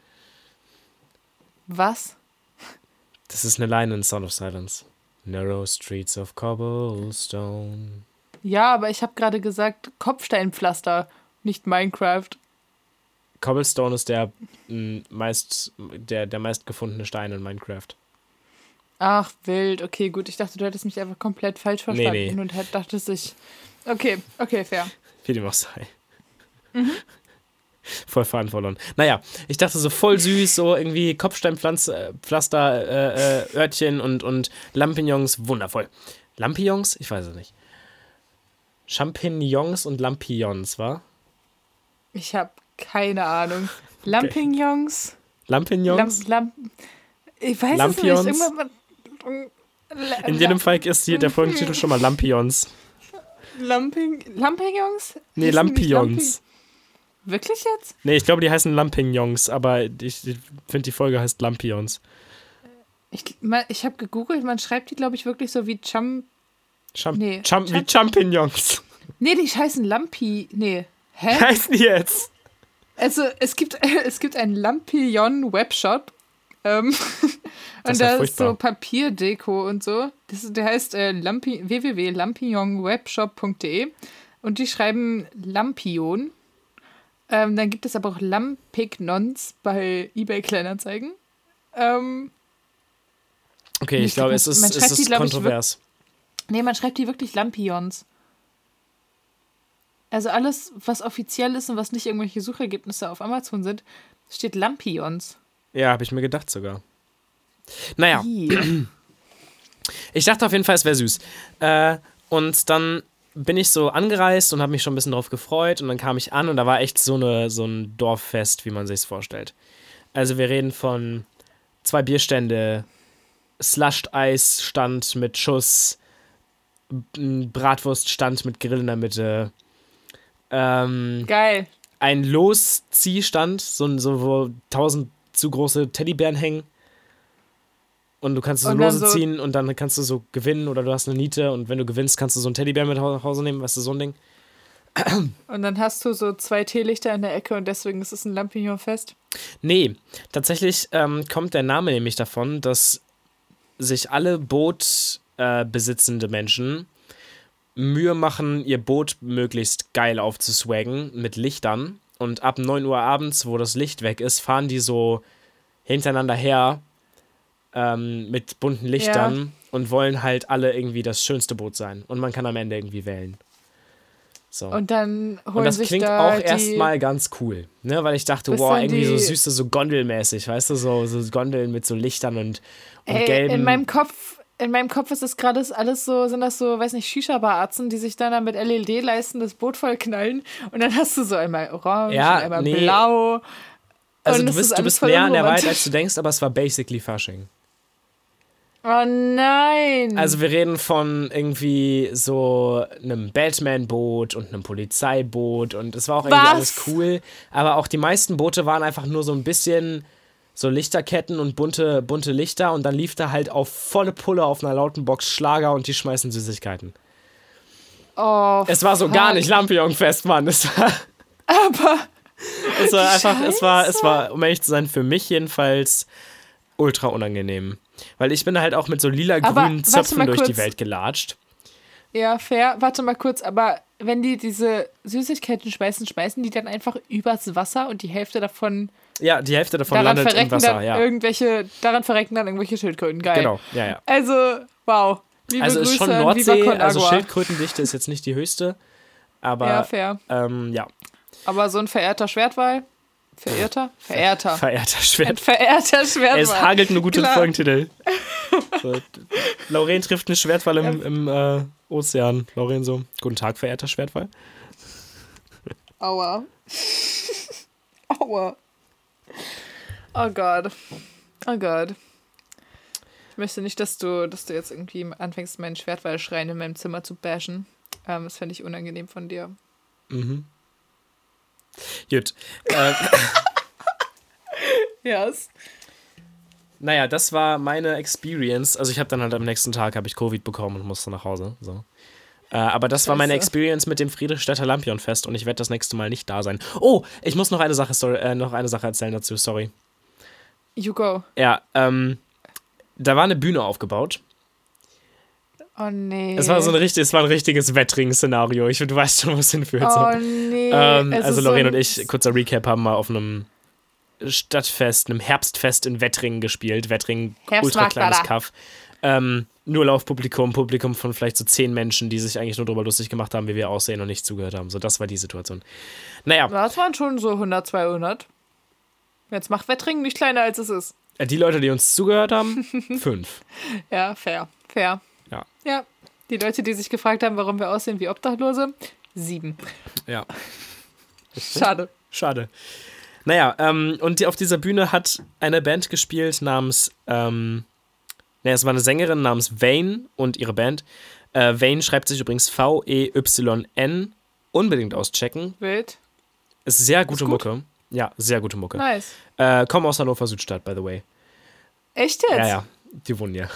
Was? Das ist eine Line in Sound of Silence. Narrow streets of cobblestone. Ja, aber ich habe gerade gesagt Kopfsteinpflaster, nicht Minecraft. Cobblestone ist der m, meist der, der meist gefundene Stein in Minecraft. Ach, wild. Okay, gut. Ich dachte, du hättest mich einfach komplett falsch verstanden Nee, nee. und hätt- dachtest ich. Okay, okay, fair. Wie dem auch sei. Voll verantwortlich. Naja, ich dachte so voll süß, so irgendwie Kopfsteinpflaster, Pflaster, äh, äh, Örtchen und, und Lampignons, wundervoll. Lampignons? Ich weiß es nicht. Champignons und Lampignons, wa? Ich habe keine Ahnung. Lampignons? Lampignons? Lamp, Lamp, ich weiß Lampions? es nicht. Irgendwann, La- In jedem La- Fall ist hier der Folgentitel schon mal Lampignons. Lamping, Lampignons? Nee, Heißen die nicht Lampignons. Lampi- Wirklich jetzt? Nee, ich glaube, die heißen Lampignons, aber ich, ich finde, die Folge heißt Lampions. Ich, ma- ich habe gegoogelt, man schreibt die, glaube ich, wirklich so wie Cham. Cham Nee, Cham wie Cham- Champignons. Nee, die heißen Lampi. Nee. Hä? Heißen die jetzt? Also, es gibt, es gibt einen Lampion-Webshop. Ähm, Das ist und ja da ist furchtbar. so Papierdeko und so. Das ist, der heißt äh, Lampi, w w w punkt lampionwebshop punkt d e und die schreiben Lampion. Ähm, dann gibt es aber auch Lampignons bei eBay Kleinanzeigen. Ähm, Okay, Nee, ich glaube, es man ist, es schreibt die, ist glaub ich, kontrovers. nee, man schreibt die wirklich Lampions. Also alles, was offiziell ist und was nicht irgendwelche Suchergebnisse auf Amazon sind, steht Lampions. Ja, habe ich mir gedacht sogar. Naja, Ih. ich dachte auf jeden Fall, es wäre süß. Äh, und dann bin ich so angereist und habe mich schon ein bisschen drauf gefreut. Und dann kam ich an und da war echt so, eine, so ein Dorffest, wie man sich vorstellt. Also wir reden von zwei Bierstände, Slushed-Eis-Stand mit Schuss, ein Bratwurststand mit Grill in der Mitte, ähm, Geil. ein Losziehstand, so, so wo tausend zu große Teddybären hängen. Und du kannst so Und dann Lose so- ziehen und dann kannst du so gewinnen oder du hast eine Niete und wenn du gewinnst, kannst du so einen Teddybär mit nach Hause nehmen, weißt du, so ein Ding. Und dann hast du so zwei Teelichter in der Ecke und deswegen ist es ein Lampignonfest. Nee, tatsächlich ähm, kommt der Name nämlich davon, dass sich alle Boot äh, besitzende Menschen Mühe machen, ihr Boot möglichst geil aufzuswaggen mit Lichtern. Und ab neun Uhr abends, wo das Licht weg ist, fahren die so hintereinander her ähm, mit bunten Lichtern und wollen halt alle irgendwie das schönste Boot sein. Und man kann am Ende irgendwie wählen. So. Und dann holen Und das sich klingt da auch die, erstmal ganz cool, ne? Weil ich dachte, Bis wow, dann irgendwie so die- süße, so gondelmäßig, weißt du, so, so Gondeln mit so Lichtern und, und Ey, gelben. in meinem Kopf, in meinem Kopf ist das gerade alles so, sind das so, weiß nicht, Shisha-Bar-Arzen, die sich dann, dann mit L E D-Leisten das Boot voll knallen und dann hast du so einmal orange, Ja, und einmal nee. blau. Also und du es bist, ist du alles bist voll näher an der Wahrheit, unromantisch. als du denkst, aber es war basically Fasching. Oh nein. Also wir reden von irgendwie so einem Batman-Boot und einem Polizeiboot und es war auch irgendwie Was? alles cool, aber auch die meisten Boote waren einfach nur so ein bisschen so Lichterketten und bunte, bunte Lichter und dann lief da halt auf volle Pulle auf einer lauten Box Schlager und die schmeißen Süßigkeiten. oh, Es war so fuck. gar nicht Lampion-Fest, Mann. Es war, Aber es war einfach, Scheiße. es war, es war, um ehrlich zu sein, für mich jedenfalls ultra unangenehm. Weil ich bin halt auch mit so Aber, lila-grünen warte Zöpfen mal durch die kurz. Welt gelatscht. ja, fair. Warte mal kurz, aber wenn die diese Süßigkeiten schmeißen, schmeißen die dann einfach übers Wasser und die Hälfte davon, Ja, die Hälfte davon daran landet im verrecken Wasser, dann ja. irgendwelche, daran verrecken dann irgendwelche Schildkröten. Geil. Genau, ja, ja. Also, wow. Liebe Also ist Grüße schon an Nordsee, Viva Con also Agua. Schildkrötendichte ist jetzt nicht die höchste, aber Ja, fair. ähm, ja, Aber so ein verehrter Schwertwal, verehrter? Verehrter. verehrter Ein Schwert. verehrter Schwertwal. Es hagelt nur gute Klar. Folgentitel. So, Lauren trifft eine Schwertwal im, im äh, Ozean. Lauren so, guten Tag, verehrter Schwertwal. Aua. Aua. Oh Gott. Oh Gott. möchte nicht, dass du, dass du jetzt irgendwie anfängst, meinen Schwertwallschrein in meinem Zimmer zu bashen. Ähm, das fände ich unangenehm von dir. Mhm. Gut. ähm, Yes. Naja, das war meine Experience. Also ich habe dann halt am nächsten Tag habe ich Covid bekommen und musste nach Hause. So. Äh, aber das war meine Scheiße. Experience mit dem Friedrichstädter Lampion-Fest und ich werde das nächste Mal nicht da sein. Oh, ich muss noch eine Sache, sorry, äh, noch eine Sache erzählen dazu, sorry. You go. Ja, ähm, da war eine Bühne aufgebaut. Oh nee. Es war so ein richtig, es war ein richtiges Wettring-Szenario. Ich, du weißt schon, wo es hinführt. Oh so. nee. Ähm, Es also ist Lorraine so und ich, kurzer Recap, haben mal auf einem Stadtfest, einem Herbstfest in Wettring gespielt. Wettring, ultra Herbstmarkt war kleines da. Kaff. Ähm, nur Laufpublikum, Publikum von vielleicht so zehn Menschen, die sich eigentlich nur darüber lustig gemacht haben, wie wir aussehen und nicht zugehört haben. So, das war die Situation. Naja, Das waren schon so hundert, zweihundert. Jetzt macht Wettringen nicht kleiner, als es ist. äh, die Leute, die uns zugehört haben, fünf. Ja, fair. Fair. Ja. Ja. Die Leute, die sich gefragt haben, warum wir aussehen wie Obdachlose, sieben. Ja, Schade. schade. Naja, ähm, und die, auf dieser Bühne hat eine Band gespielt namens, ähm, naja, es war eine Sängerin namens Vane und ihre Band. Äh, Vane schreibt sich übrigens V E Y N. Unbedingt auschecken. Wild. Ist sehr gute Ist gut? Mucke. Ja, sehr gute Mucke. Nice. Äh, kommen aus Hannover Südstadt, by the way. Echt jetzt? Ja, ja, die wohnen ja.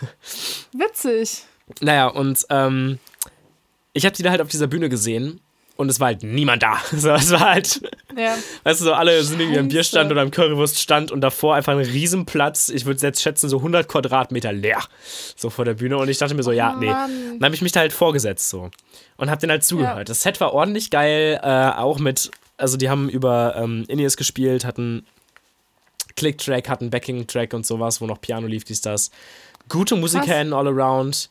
Witzig. Naja, und ähm, ich habe die da halt auf dieser Bühne gesehen und es war halt niemand da. So, es war halt, Ja. weißt du, so alle sind irgendwie am Scheiße. Bierstand oder am Currywurststand und davor einfach ein Riesenplatz. Ich würde jetzt schätzen, so hundert Quadratmeter leer. So vor der Bühne. Und ich dachte mir so, ja, Oh, nee. Mann. Dann habe ich mich da halt vorgesetzt so und habe den halt zugehört. Ja. Das Set war ordentlich geil, äh, auch mit, also die haben über ähm, In-Ears gespielt, hatten Click-Track, hatten Backing-Track und sowas, wo noch Piano lief, dies, das. Gute MusikerInnen all around.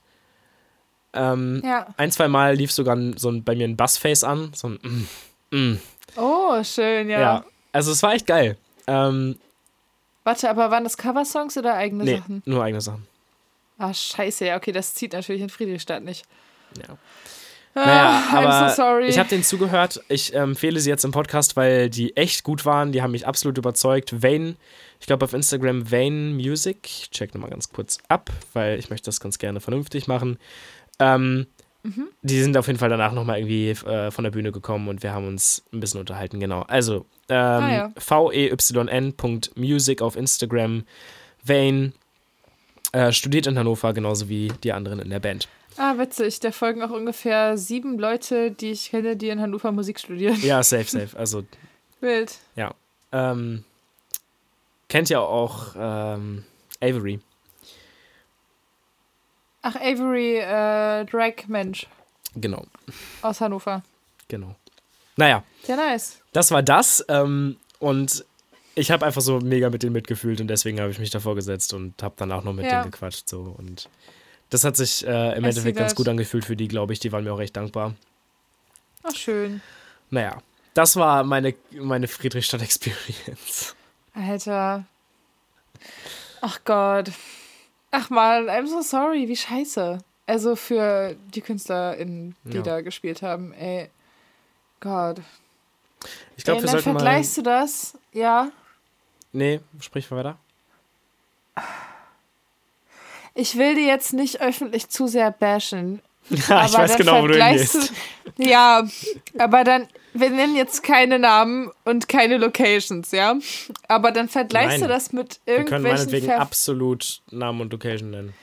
Ähm, Ja. Ein, zwei Mal lief sogar ein, so ein, bei mir ein Bassface an. So ein mm, mm. Oh, schön, ja. Ja. Also es war echt geil. Ähm, Warte, aber waren das Coversongs oder eigene nee, Sachen? nur eigene Sachen. Ah, scheiße, ja, okay, das zieht natürlich in Friedrichstadt nicht. Ja. Ah, Naja, aber I'm so sorry. ich habe denen zugehört. Ich ähm, empfehle sie jetzt im Podcast, weil die echt gut waren. Die haben mich absolut überzeugt. Vane, ich glaube auf Instagram Vane Music. Ich check nochmal ganz kurz ab, weil ich möchte das ganz gerne vernünftig machen. Ähm, Mhm. Die sind auf jeden Fall danach nochmal irgendwie äh, von der Bühne gekommen und wir haben uns ein bisschen unterhalten, genau. Also, ähm, Ah, ja. V E Y N Punkt Music auf Instagram. Vane äh, studiert in Hannover, genauso wie die anderen in der Band. Ah, witzig. Da folgen auch ungefähr sieben Leute, die ich kenne, die in Hannover Musik studieren. Ja, safe, safe. Also, Wild. ja. Ähm, kennt ja auch ähm, Avery. Ach, Avery, äh, Drag-Mensch Genau, aus Hannover. genau. Naja, Ja, nice. das war das. Ähm, und ich habe einfach so mega mit denen mitgefühlt und deswegen habe ich mich davor gesetzt und habe dann auch noch mit Ja. denen gequatscht. So. Und das hat sich äh, im I Endeffekt see ganz that. gut angefühlt für die, glaube ich. Die waren mir auch recht dankbar. Ach, schön. Naja, das war meine, meine Friedrichstadt-Experience. Alter. Ach Gott. Ach man, I'm so sorry. Wie scheiße. Also für die KünstlerInnen, die Ja. da gespielt haben. Ey. Gott. Ich glaube, Ey, wir dann sollten mal... vergleichst du das? Ja. Nee, sprich mal weiter. Ich will die jetzt nicht öffentlich zu sehr bashen. Ja, ich aber weiß dann genau, wo du vergleichst hingehst. du- Ja, aber dann, wir nennen jetzt keine Namen und keine Locations, ja? Aber dann vergleichst du Nein. das mit Wir können irgendwelchen meinetwegen Ver absolut Namen und Location nennen.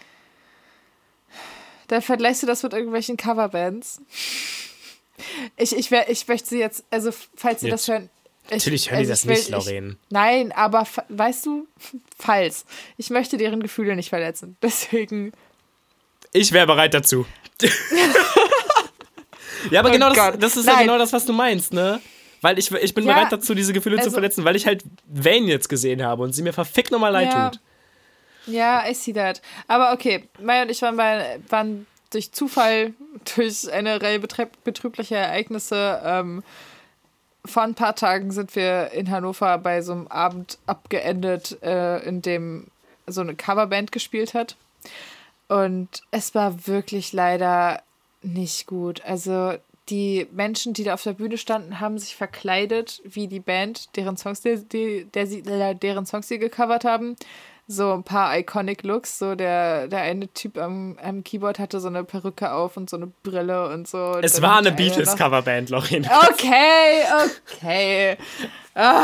Dann vergleichst du das mit irgendwelchen Coverbands. Ich, ich, wär, ich möchte sie jetzt, also falls sie Jetzt. das hören. Ich, Natürlich hören die also das ich will- nicht, Lorraine. Ich, nein, aber fa- weißt du, falls. Ich möchte deren Gefühle nicht verletzen. Deswegen. Ich wäre bereit dazu. Ja, aber Oh genau das, Gott. das ist ja Nein. genau das, was du meinst, ne? Weil ich, ich bin Ja, bereit dazu, diese Gefühle zu also- verletzen, weil ich halt Vane jetzt gesehen habe und sie mir verfickt nochmal leid Ja. tut. Ja, I see that. Aber okay, Mai und ich waren, bei, waren durch Zufall, durch eine Reihe betreb- betrüblicher Ereignisse, ähm, vor ein paar Tagen sind wir in Hannover bei so einem Abend abgeendet, äh, in dem so eine Coverband gespielt hat. Und es war wirklich leider nicht gut. Also die Menschen, die da auf der Bühne standen, haben sich verkleidet wie die Band, deren Songs, die, die, der sie, deren Songs sie gecovert haben. so ein paar iconic Looks. So der, der eine Typ am, am Keyboard hatte so eine Perücke auf und so eine Brille und so. Es Dann war hat eine der Beatles-Coverband, Lorin. noch- Okay, okay. Ah,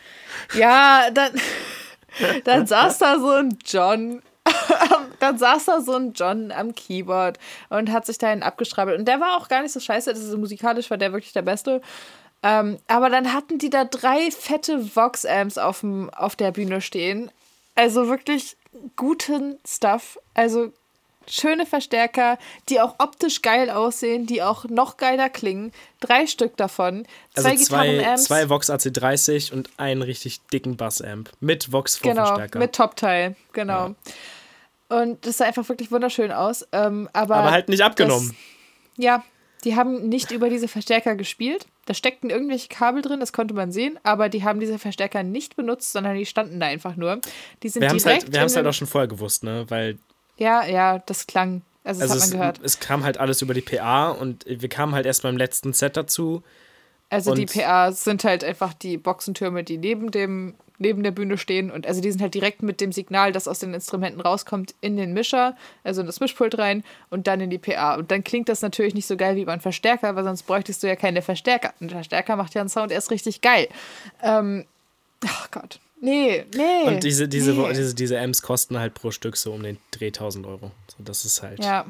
ja, dann, dann saß da so ein John. Dann saß da so ein John am Keyboard und hat sich dahin abgeschrabbelt. Und der war auch gar nicht so scheiße. Das ist musikalisch war der wirklich der Beste. Ähm, aber dann hatten die da drei fette Vox-Amps auf, dem, auf der Bühne stehen. Also wirklich guten Stuff. Also schöne Verstärker, die auch optisch geil aussehen, die auch noch geiler klingen. Drei Stück davon. Zwei Also zwei, Gitarrenamps. zwei Vox A C dreißig und einen richtig dicken Bassamp. Mit Genau, Vox-Vorverstärker. mit Top-Teil. Genau. Ja. Und das sah einfach wirklich wunderschön aus. Ähm, aber, Aber halt nicht abgenommen. Das, ja, die haben nicht über diese Verstärker gespielt. Da steckten irgendwelche Kabel drin, das konnte man sehen, aber die haben diese Verstärker nicht benutzt, sondern die standen da einfach nur. Die sind Wir haben es direkt halt, wir haben's in halt den- auch schon vorher gewusst, ne? Weil Ja, ja, das klang. Also, das also hat man es, gehört. es kam halt alles über die P A und wir kamen halt erst beim letzten Set dazu. Also, die und- P A sind halt einfach die Boxentürme, die neben dem neben der Bühne stehen und also die sind halt direkt mit dem Signal, das aus den Instrumenten rauskommt, in den Mischer, also in das Mischpult rein und dann in die P A. Und dann klingt das natürlich nicht so geil wie beim Verstärker, weil sonst bräuchtest du ja keine Verstärker. Ein Verstärker macht ja einen Sound erst richtig geil. Ähm, ach Gott. Nee, nee. Und diese, diese, nee. diese, diese Amps kosten halt pro Stück so um den Dreh tausend Euro. So, das ist halt Ja,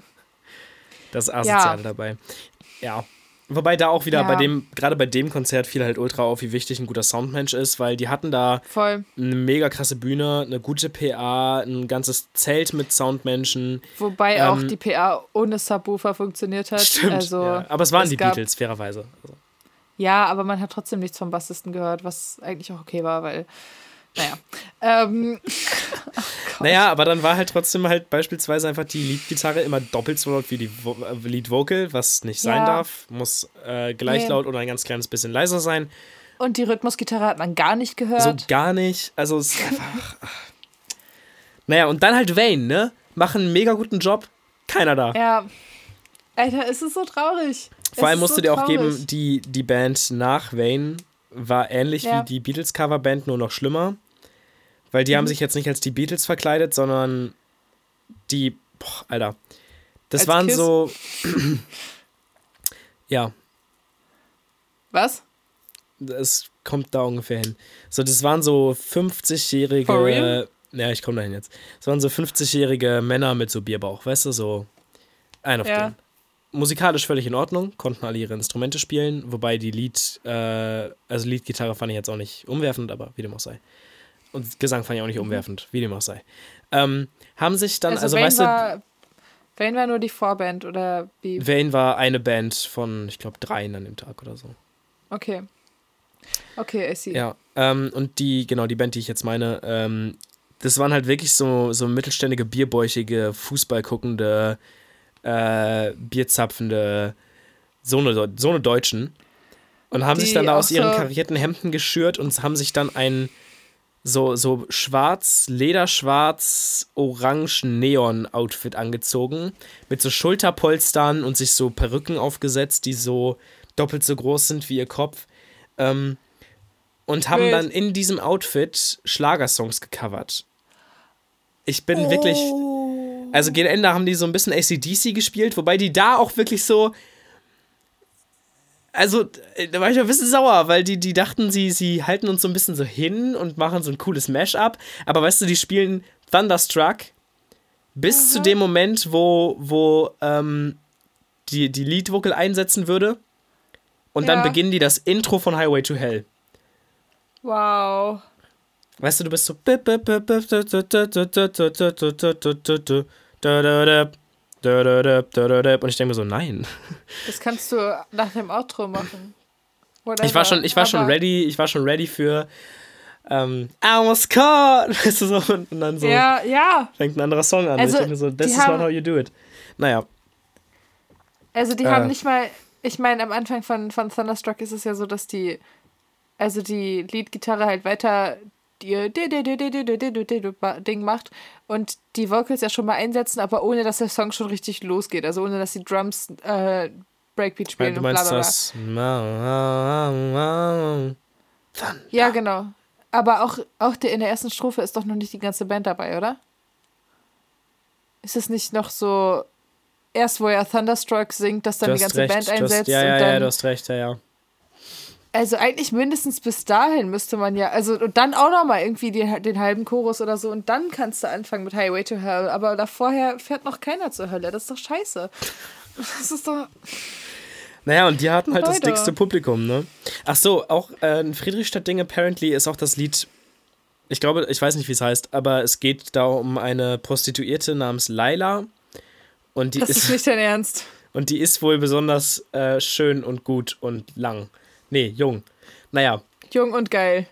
das Asoziale Ja. dabei. Ja. Wobei da auch wieder Ja. bei dem, gerade bei dem Konzert fiel halt ultra auf, wie wichtig ein guter Soundmensch ist, weil die hatten da voll. eine mega krasse Bühne, eine gute P A, ein ganzes Zelt mit Soundmenschen. Wobei Ähm, auch die P A ohne Subwoofer funktioniert hat. Stimmt. Also, ja. Aber es waren es die gab- Beatles, fairerweise. Also, Ja, aber man hat trotzdem nichts vom Bassisten gehört, was eigentlich auch okay war, weil, naja. Ähm, naja, aber dann war halt trotzdem halt beispielsweise einfach die Leadgitarre immer doppelt so laut wie die Vo äh, Lead Vocal, was nicht sein Ja. darf. Muss äh, gleich Nee. laut oder ein ganz kleines bisschen leiser sein. und die Rhythmusgitarre hat man gar nicht gehört. So gar nicht. Also es ist einfach. ach. Naja, und dann halt Wayne, ne? Machen einen mega guten Job. Keiner da. Ja. Alter, es ist so traurig. Vor Es allem ist musst so du dir auch traurig. geben, die, die Band nach Wayne war ähnlich Ja. wie die Beatles-Coverband, nur noch schlimmer. Weil die haben Mhm. sich jetzt nicht als die Beatles verkleidet, sondern die, boah, Alter. Das Als waren Kiss? so, ja, Was? es kommt da ungefähr hin. So, das waren so For fünfzigjährige, real? ja, ich komme dahin jetzt. Das waren so fünfzigjährige Männer mit so Bierbauch, weißt du, so ein auf Ja. den. Musikalisch völlig in Ordnung, konnten alle ihre Instrumente spielen, wobei die Lied, äh, also Leadgitarre fand ich jetzt auch nicht umwerfend, aber wie dem auch sei. Und Gesang fand ich auch nicht umwerfend, wie dem auch sei. Ähm, haben sich dann, Also, also, Wayne, weißt du, war, Wayne war nur die Vorband oder wie? Wayne war eine Band von, ich glaube, dreien an dem Tag oder so. Okay. Okay, I see. Ja, ähm, und die, genau, die Band, die ich jetzt meine, ähm, das waren halt wirklich so, so mittelständige, bierbäuchige, Fußball guckende, äh, bierzapfende, so eine, so eine Deutschen. Und haben Die sich dann da auch aus ihren so- karierten Hemden geschürt und haben sich dann ein so, so schwarz, lederschwarz, orange Neon-Outfit angezogen. Mit so Schulterpolstern und sich so Perücken aufgesetzt, die so doppelt so groß sind wie ihr Kopf. Ähm, und haben Wild. dann in diesem Outfit Schlagersongs gecovert. Ich bin wirklich. Also gegen Ende haben die so ein bisschen A C D C gespielt, wobei die da auch wirklich so. Also, äh, da war ich ein bisschen sauer, weil die, die dachten, sie, sie halten uns so ein bisschen so hin und machen so ein cooles Mash-up. Aber weißt du, die spielen Thunderstruck bis zu dem Moment, wo, wo ähm, die, die Lead-Vocal einsetzen würde. Und dann Ja. beginnen die das Intro von Highway to Hell. Wow. Weißt du, du bist so. Und ich denke mir so, nein. Das kannst du nach dem Outro machen. Whatever. Ich war schon, ich war schon Aber- ready, ich war schon ready für ähm, I was caught. Weißt du, so, und dann so Ja, ja. fängt ein anderer Song an. Also, ich denke mir so, this die is haben- not how you do it. Naja, Also die Äh. haben nicht mal, ich meine, am Anfang von, von Thunderstruck ist es ja so, dass die, also die Leadgitarre halt weiter ihr Ding macht und die Vocals ja schon mal einsetzen, aber ohne, dass der Song schon richtig losgeht. Also ohne, dass die Drums äh, Breakbeat spielen du und bla meinst bla bla. das. Ja, genau. Aber auch, auch der, in der ersten Strophe ist doch noch nicht die ganze Band dabei, oder? Ist es nicht noch so, erst wo er Thunderstruck singt, dass dann Du die hast ganze recht, Band du hast, einsetzt? ja, ja, und dann, ja, du hast recht, ja, ja. Also eigentlich mindestens bis dahin müsste man ja, also und dann auch nochmal irgendwie die, den halben Chorus oder so und dann kannst du anfangen mit Highway to Hell, aber da vorher fährt noch keiner zur Hölle, das ist doch scheiße. Das ist doch... Naja, und die hatten halt Leute. das dickste Publikum, ne? Ach so, auch äh, in Friedrichstadt-Ding apparently ist auch das Lied, ich glaube, ich weiß nicht, wie es heißt, aber es geht da um eine Prostituierte namens Laila und die Das ist, ist nicht dein Ernst. und die ist wohl besonders äh, schön und gut und lang. Nee, jung. Naja. Jung und geil.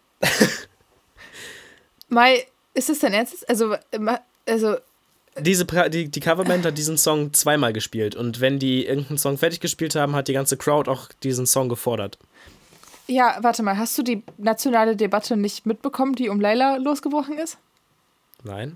Mai, ist das dein Ernst? Also, ma- also Diese pra- die, die Coverband hat diesen Song zweimal gespielt und wenn die irgendeinen Song fertig gespielt haben, hat die ganze Crowd auch diesen Song gefordert. ja, warte mal, hast du die nationale Debatte nicht mitbekommen, die um Laila losgebrochen ist? Nein?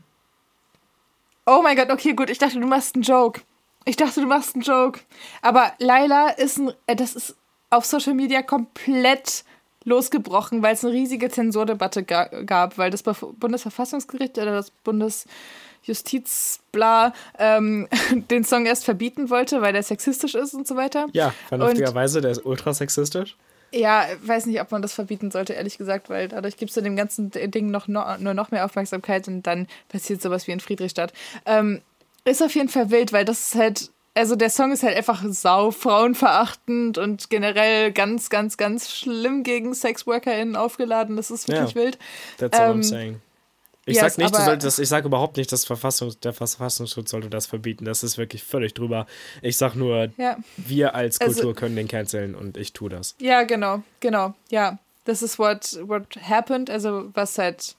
Oh mein Gott, okay, gut, ich dachte, du machst einen Joke. Ich dachte, du machst einen Joke. Aber Laila ist ein, äh, das ist auf Social Media komplett losgebrochen, weil es eine riesige Zensurdebatte ga- gab, weil das Bef- Bundesverfassungsgericht oder das Bundesjustizbla ähm, den Song erst verbieten wollte, weil der sexistisch ist und so weiter. Ja, vernünftigerweise, der ist ultra sexistisch. Ja, weiß nicht, ob man das verbieten sollte, ehrlich gesagt, weil dadurch gibst du dem ganzen Ding noch, noch, nur noch mehr Aufmerksamkeit und dann passiert sowas wie in Friedrichstadt. Ähm, ist auf jeden Fall wild, weil das ist halt, also der Song ist halt einfach sau frauenverachtend und generell ganz, ganz, ganz schlimm gegen SexworkerInnen aufgeladen. Das ist wirklich Ja. wild. That's what Ähm, I'm saying. Ich yes, sag nicht, du aber- solltest, ich sag überhaupt nicht, dass Verfassungs, der Verfassungsschutz sollte das verbieten. Das ist wirklich völlig drüber. Ich sag nur, Ja. wir als Also- Kultur können den canceln und ich tue das. Ja, genau, genau, ja. Das ist what, what happened, also was halt,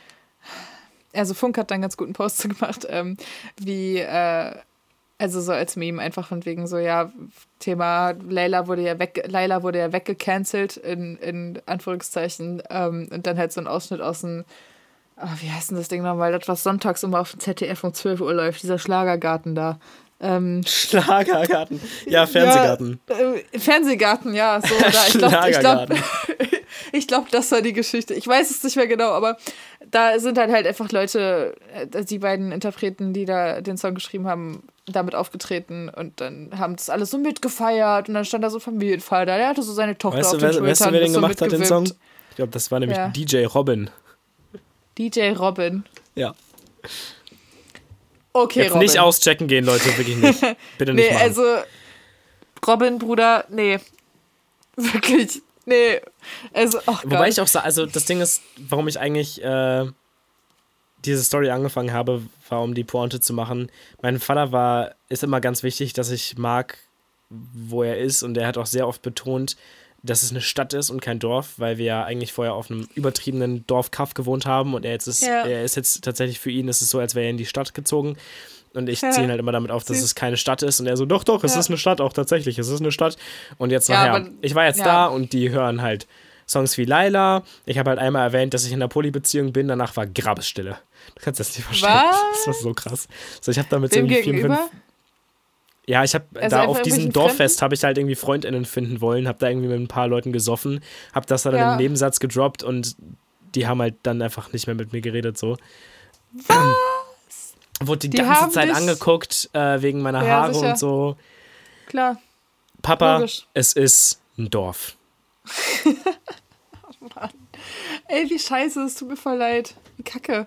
also Funk hat da einen ganz guten Post zu gemacht, ähm, wie, äh, also so als Meme einfach von wegen so, ja, Thema Layla wurde ja weg, Layla wurde ja weggecancelt, in, in Anführungszeichen, ähm, und dann halt so ein Ausschnitt aus dem, oh, wie heißt denn das Ding nochmal, das was sonntags immer auf dem Z D F um zwölf Uhr läuft, dieser Schlagergarten da. Ähm, Schlagergarten. Ja, Fernsehgarten. Ja, äh, Fernsehgarten, ja. So, da, ich glaube, ich Schlagergarten. glaub, ich glaub, das war die Geschichte. Ich weiß es nicht mehr genau, aber da sind dann halt einfach Leute, äh, die beiden Interpreten, die da den Song geschrieben haben, damit aufgetreten und dann haben das alles so mitgefeiert und dann stand da so Familienvater, der hatte so seine Tochter Weißt auf du, den wer, Schultern. weißt du, wer den ist so gemacht hat, den Song? mitgewippt. Ich glaube, das war nämlich Ja. D J Robin. D J Robin. Ja. Okay, Jetzt Robin. nicht auschecken gehen, Leute, wirklich nicht. Bitte nicht Nee, machen. also Robin, Bruder, nee. Wirklich, nee. Also, ach Wobei Gott. ich auch sage, also das Ding ist, warum ich eigentlich äh, diese Story angefangen habe, war, um die Pointe zu machen. Mein Vater war, ist immer ganz wichtig, dass ich mag, wo er ist, und er hat auch sehr oft betont, dass es eine Stadt ist und kein Dorf, weil wir ja eigentlich vorher auf einem übertriebenen Dorfkaff gewohnt haben und er jetzt ist, Ja. er ist jetzt tatsächlich, für ihn ist es so, als wäre er in die Stadt gezogen. Und ich Ja. ziehe ihn halt immer damit auf, dass Süß. es keine Stadt ist. Und er so, doch, doch, es Ja. ist eine Stadt, auch tatsächlich, es ist eine Stadt. Und jetzt Ja, nachher, aber- ich war jetzt ja. da und die hören halt Songs wie Laila. Ich habe halt einmal erwähnt, dass ich in einer Polybeziehung bin, danach war Grabesstille. Du kannst das nicht verstehen. Was? Das war so krass. So, ich habe damit Dem irgendwie vier, gegenüber? fünf, ja, ich habe Also da einfach auf diesem irgendwelchen Dorffest habe ich halt irgendwie FreundInnen finden wollen, habe da irgendwie mit ein paar Leuten gesoffen, habe das dann Ja. im Nebensatz gedroppt und die haben halt dann einfach nicht mehr mit mir geredet, so. Was? Wurde die, Die ganze haben Zeit dich- angeguckt äh, wegen meiner Ja, Haare sicher. und so. Klar. Papa, Logisch. es ist ein Dorf. Ey, wie scheiße, es tut mir voll leid. Wie kacke.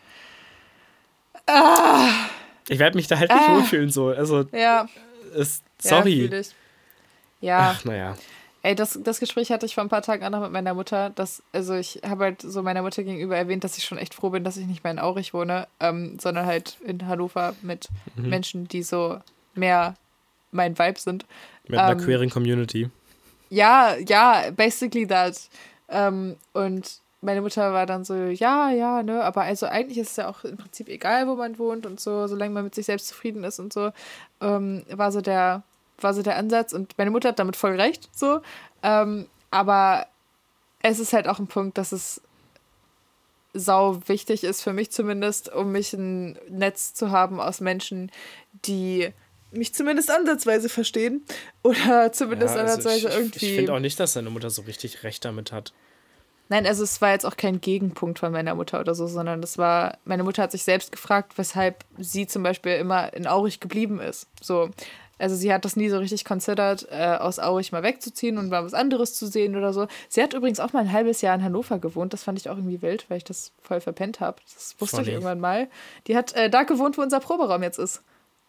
Ah, Ich werde mich da halt nicht Ah. wohlfühlen, so. Also, ja. ist, Ja, sorry. fühl ich. Ja, Ach, naja. ey, das, das Gespräch hatte ich vor ein paar Tagen auch noch mit meiner Mutter. Dass, also ich habe halt so meiner Mutter gegenüber erwähnt, dass ich schon echt froh bin, dass ich nicht mehr in Aurich wohne, ähm, sondern halt in Hannover mit Mhm. Menschen, die so mehr mein Vibe sind. Mit einer Ähm, queeren Community. Ja, ja, basically that. Ähm, und meine Mutter war dann so, ja, ja, ne, aber also eigentlich ist es ja auch im Prinzip egal, wo man wohnt und so, solange man mit sich selbst zufrieden ist und so, ähm, war so der, war so der Ansatz und meine Mutter hat damit voll recht, so, ähm, aber es ist halt auch ein Punkt, dass es sau wichtig ist, für mich zumindest, um mich ein Netz zu haben aus Menschen, die mich zumindest ansatzweise verstehen oder zumindest Ja, also ansatzweise ich, irgendwie. Ich finde auch nicht, dass deine Mutter so richtig recht damit hat. Nein, also es war jetzt auch kein Gegenpunkt von meiner Mutter oder so, sondern das war, meine Mutter hat sich selbst gefragt, weshalb sie zum Beispiel immer in Aurich geblieben ist. So, also sie hat das nie so richtig considered, äh, aus Aurich mal wegzuziehen und mal was anderes zu sehen oder so. Sie hat übrigens auch mal ein halbes Jahr in Hannover gewohnt, das fand ich auch irgendwie wild, weil ich das voll verpennt habe. Das wusste Funny. ich irgendwann mal. Die hat äh, da gewohnt, wo unser Proberaum jetzt ist.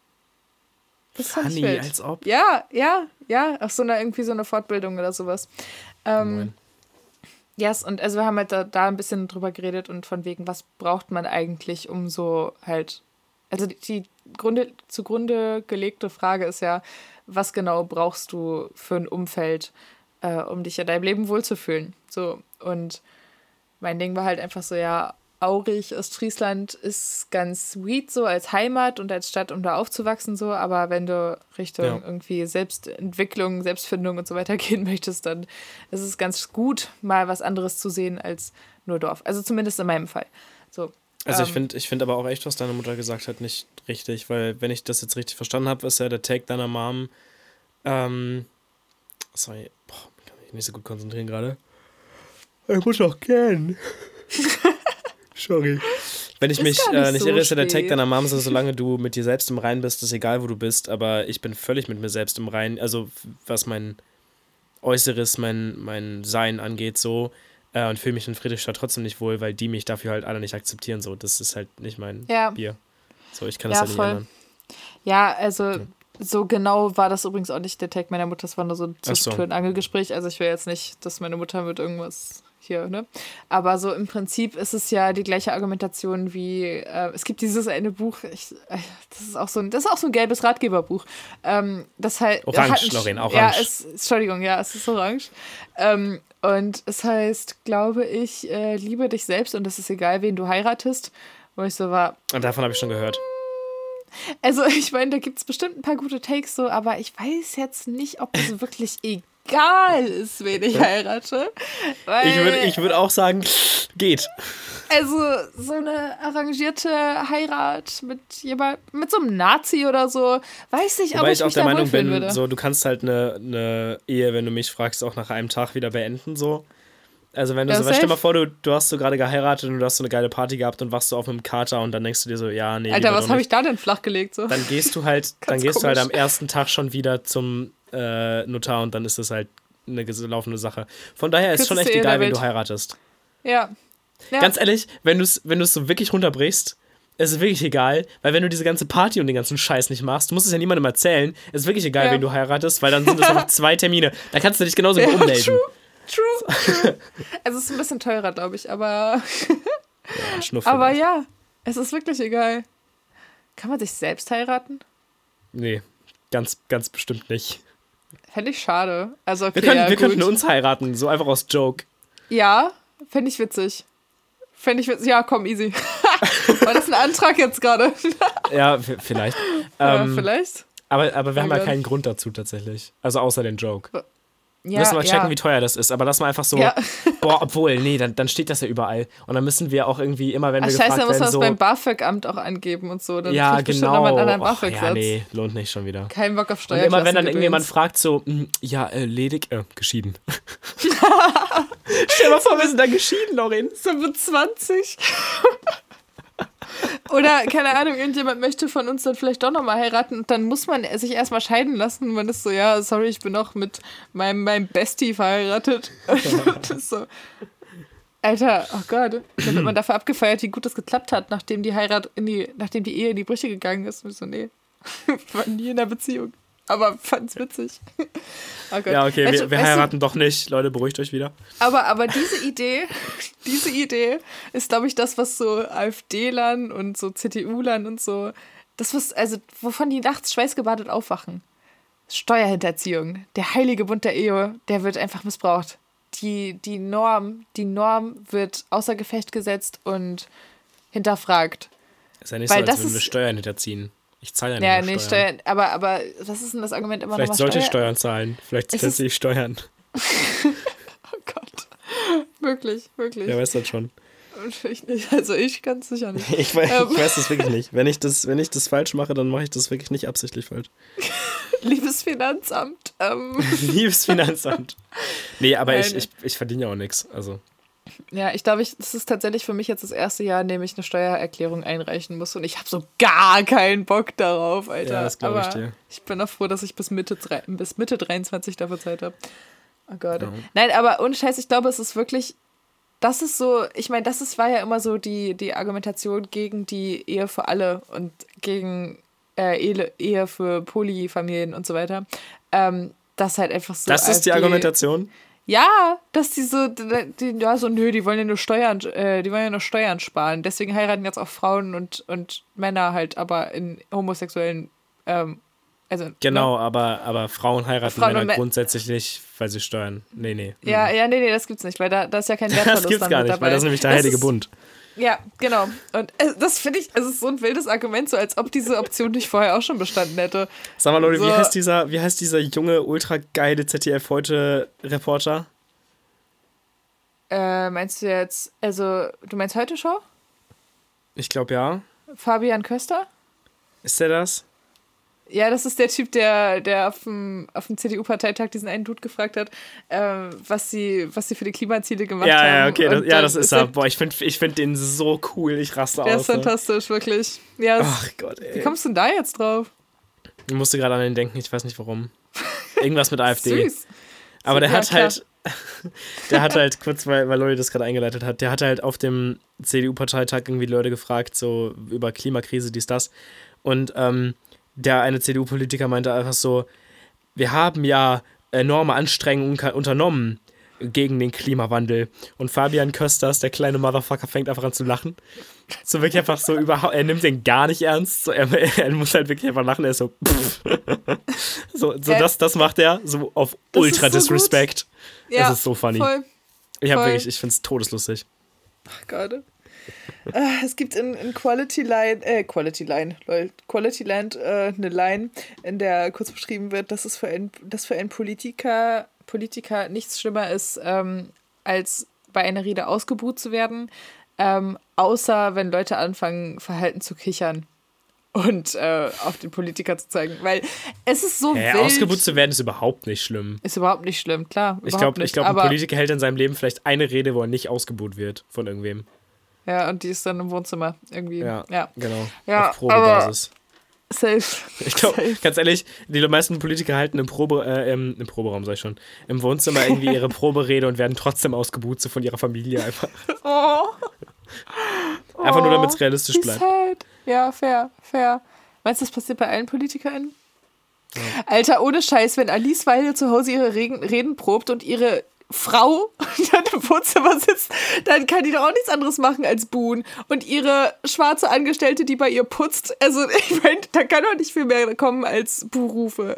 Das fand ich wild. Als ob. Ja, ja, ja, auf so einer, irgendwie so eine Fortbildung oder sowas. Ähm, Yes, und also wir haben halt da, da ein bisschen drüber geredet und von wegen, was braucht man eigentlich, um so halt, also die, die Grunde, zugrunde gelegte Frage ist ja, was genau brauchst du für ein Umfeld, äh, um dich in deinem Leben wohlzufühlen? So, und mein Ding war halt einfach so, ja, Aurich, Ostfriesland ist ganz sweet so als Heimat und als Stadt, um da aufzuwachsen so, aber wenn du Richtung ja. irgendwie Selbstentwicklung, Selbstfindung und so weiter gehen möchtest, dann ist es ganz gut, mal was anderes zu sehen als nur Dorf. Also zumindest in meinem Fall. So, also ähm, ich finde ich find aber auch echt, was deine Mutter gesagt hat, nicht richtig, weil wenn ich das jetzt richtig verstanden habe, ist ja der Take deiner Mom, ähm, sorry, boah, kann mich nicht so gut konzentrieren gerade. Ich muss auch gern. Sorry. Wenn ich ist mich äh, nicht so irre, ist ja der Tag deiner Mom, so, solange du mit dir selbst im Reinen bist, ist egal, wo du bist, aber ich bin völlig mit mir selbst im Reinen, also was mein Äußeres, mein, mein Sein angeht, so, äh, und fühle mich in Friedrichstadt trotzdem nicht wohl, weil die mich dafür halt alle nicht akzeptieren, so, das ist halt nicht mein ja. Bier. So, ich kann das ja, halt nicht voll. ändern. Ja, also ja. so genau war das übrigens auch nicht der Tag meiner Mutter, das war nur so ein Zwischentür- und Angelgespräch, also ich will jetzt nicht, dass meine Mutter mit irgendwas hier, ne? Aber so im Prinzip ist es ja die gleiche Argumentation wie, äh, es gibt dieses eine Buch, ich, äh, das ist auch so ein, das ist auch so ein gelbes Ratgeberbuch. Ähm, das halt, orange, hat, Lorin, orange. Ja, es, Entschuldigung, ja, es ist orange. Ähm, und es heißt, glaube ich, äh, liebe dich selbst und es ist egal, wen du heiratest. Wo ich so war. Und davon habe ich schon gehört. Also ich meine, da gibt es bestimmt ein paar gute Takes so, aber ich weiß jetzt nicht, ob es wirklich egal ist, wen ich heirate. Weil, ich würde ich würd auch sagen, geht. Also so eine arrangierte Heirat mit jemand, mit so einem Nazi oder so, weiß nicht, ob Wobei ich, ich auch mich der da Meinung bin, würde. so, du kannst halt eine, eine Ehe, wenn du mich fragst, auch nach einem Tag wieder beenden, so. Also wenn du ja, so, stell dir mal vor, du, du hast so gerade geheiratet und du hast so eine geile Party gehabt und wachst so auf einem Kater und dann denkst du dir so, ja, nee. Alter, was habe ich da denn flachgelegt? So? Dann gehst du halt, dann gehst komisch. du halt am ersten Tag schon wieder zum äh, Notar und dann ist das halt eine laufende Sache. Von daher ist es schon echt egal, wen du heiratest. Ja. ja. Ganz ehrlich, wenn du es wenn du es so wirklich runterbrichst, es ist wirklich egal, weil wenn du diese ganze Party und den ganzen Scheiß nicht machst, du musst es ja niemandem erzählen, es ist wirklich egal, ja. wen du heiratest, weil dann sind das einfach zwei Termine. Da kannst du dich genauso ja, gut ummelden. True. True, true. Also es ist ein bisschen teurer, glaube ich, aber ja, aber ja, es ist wirklich egal. Kann man sich selbst heiraten? Nee, ganz, ganz bestimmt nicht. Fände ich schade. Also okay, wir können, ja, wir gut. könnten uns heiraten, so einfach aus Joke. Ja, fände ich witzig. Fände ich witzig. Ja, komm, easy. War das ein Antrag jetzt gerade? Ja, v- vielleicht. Ja, ähm, vielleicht. Aber, aber wir oh haben ja Gott. keinen Grund dazu tatsächlich. Also außer den Joke. Ja, müssen wir checken, ja. wie teuer das ist, aber lass mal einfach so, ja. boah, obwohl, nee, dann, dann steht das ja überall. Und dann müssen wir auch irgendwie immer, wenn Ach, wir scheiße, gefragt dann muss man werden, das so... beim BAföG-Amt auch angeben und so. Dann ja, kriegt bestimmt genau. nochmal einen anderen Och, BAföG-Satz. ja, nee, lohnt nicht schon wieder. Kein Bock auf Steuern. Und immer, wenn dann irgendjemand fragt, so, mh, ja, äh, ledig, äh, geschieden. Stell dir mal vor, wir sind da geschieden, Lorin. So mit zwanzig. Oder, keine Ahnung, irgendjemand möchte von uns dann vielleicht doch nochmal heiraten und dann muss man sich erstmal scheiden lassen. Und man ist so, ja, sorry, ich bin noch mit meinem, meinem Bestie verheiratet. Das ist so, Alter, oh Gott. Dann wird man dafür abgefeiert, wie gut das geklappt hat, nachdem die Heirat in die, nachdem die Ehe in die Brüche gegangen ist. Und so, nee, ich war nie in einer Beziehung. Aber fand's witzig. Oh Gott. Ja, okay, weißt, wir, wir weißt heiraten du, doch nicht. Leute, beruhigt euch wieder. Aber, aber diese Idee, diese Idee ist, glaube ich, das, was so AfD-Lern und so C D U-Lern und so, das, was, also, wovon die nachts schweißgebadet aufwachen. Steuerhinterziehung. Der heilige Bund der Ehe, der wird einfach missbraucht. Die, die Norm, die Norm wird außer Gefecht gesetzt und hinterfragt. Ist ja nicht Weil so, als das würden wir ist, Steuern hinterziehen. Ich zahle ja nicht ja, mehr nee, Steuern. Steuern. Aber, aber was ist denn das Argument immer Vielleicht nochmal? sollte ich Steuer? Steuern zahlen. Vielleicht Ist kannst du dich steuern. Oh Gott. Wirklich, wirklich. Wer weiß das schon. Ich nicht. Also ich kann es sicher nicht. Ich weiß, Ähm. ich weiß das wirklich nicht. Wenn ich das, wenn ich das falsch mache, dann mache ich das wirklich nicht absichtlich falsch. Liebes Finanzamt. Ähm. Liebes Finanzamt. Nee, aber ich, Nein. ich, ich verdiene ja auch nichts. Also. Ja, ich glaube, ich, das ist tatsächlich für mich jetzt das erste Jahr, in dem ich eine Steuererklärung einreichen muss und ich habe so gar keinen Bock darauf, Alter. Ja, das glaube ich Aber dir. ich bin auch froh, dass ich bis Mitte, drei- bis Mitte dreiundzwanzig dafür Zeit habe. Oh Gott. Ja. Nein, aber ohne Scheiß, ich glaube, es ist wirklich, das ist so, ich meine, das ist, war ja immer so die, die Argumentation gegen die Ehe für alle und gegen äh, Ehe, Ehe für Polyfamilien und so weiter. Ähm, das halt einfach so. Das ist die AfD Argumentation? Ja, dass die so, die, die, ja, so, nö, die wollen ja nur Steuern, äh, die wollen ja nur Steuern sparen. Deswegen heiraten jetzt auch Frauen und, und Männer halt, aber in homosexuellen, ähm, also. Genau, ne? aber, aber Frauen heiraten Frauen Männer und Mä- grundsätzlich nicht, weil sie steuern. Nee, nee. Ja, Mhm. ja, nee, nee, das gibt's nicht, weil da, da ist ja kein Wertverlust Das gibt's dann gar mit nicht, dabei. weil das ist nämlich der Das heilige ist, Bund. Ja, genau. Und äh, das finde ich, es ist so ein wildes Argument, so als ob diese Option nicht vorher auch schon bestanden hätte. Sag mal, Leute, so. wie heißt dieser, wie heißt dieser junge, ultra geile Z D F-Heute-Reporter? Äh, meinst du jetzt, also, du meinst Heute-Show? Ich glaube, ja. Fabian Köster? Ist der das? Ja, das ist der Typ, der, der auf dem, auf dem C D U-Parteitag diesen einen Dude gefragt hat, äh, was, sie, was sie für die Klimaziele gemacht ja, haben. Ja, okay, das, ja, das ist er. er. Boah, ich finde ich find den so cool. Ich raste Der aus. ist fantastisch, ne? Wirklich. Ja, Ach Gott, ey. Wie kommst du denn da jetzt drauf? Ich musste gerade an den denken, ich weiß nicht warum. Irgendwas mit AfD. Süß. Aber der Ja, hat klar. halt, der hat halt, kurz, weil, weil Leute das gerade eingeleitet hat, der hat halt auf dem C D U-Parteitag irgendwie Leute gefragt, so über Klimakrise, dies, das. Und ähm, der eine C D U-Politiker meinte einfach so, wir haben ja enorme Anstrengungen unternommen gegen den Klimawandel. Und Fabian Kösters, der kleine Motherfucker, fängt einfach an zu lachen. So wirklich einfach so überhaupt, er nimmt den gar nicht ernst. So, er, er muss halt wirklich einfach lachen, er ist so, pff. So, so Äh, das, das macht er, so auf das ultra ist so Disrespect. Ja, das ist so funny. Voll. Ich habe voll. wirklich, ich finde es todeslustig. Ach Gott. Äh, es gibt in, in Quality Line, äh, Quality Line, lol, Quality Land äh, eine Line, in der kurz beschrieben wird, dass es für ein, dass für einen Politiker, Politiker nichts schlimmer ist, ähm, als bei einer Rede ausgebuht zu werden, ähm, außer wenn Leute anfangen, verhalten zu kichern und äh, auf den Politiker zu zeigen, weil es ist so Hä, wild. ausgebucht zu werden ist überhaupt nicht schlimm. Ist überhaupt nicht schlimm, klar. Ich überhaupt glaube, nicht, ich glaub, ein aber- Politiker hält in seinem Leben vielleicht eine Rede, wo er nicht ausgebuht wird von irgendwem. Ja, und die ist dann im Wohnzimmer irgendwie. Ja, Ja, genau. Ja, auf Probebasis. safe. Ich glaube, Safe. ganz ehrlich, die meisten Politiker halten im, Probe, äh, im, im Proberaum, sag ich schon, im Wohnzimmer irgendwie ihre Proberede und werden trotzdem ausgebuht, so von ihrer Familie einfach. Oh. Einfach nur, damit es realistisch Wie bleibt. sad. Ja, fair, fair. Meinst du, das passiert bei allen PolitikerInnen? Ja. Alter, ohne Scheiß, wenn Alice Weidel zu Hause ihre Reden, Reden probt und ihre Frau dann im Wohnzimmer sitzt, dann kann die doch auch nichts anderes machen als buhen. Und ihre schwarze Angestellte, die bei ihr putzt, also ich meine, da kann doch nicht viel mehr kommen als Buhrufe.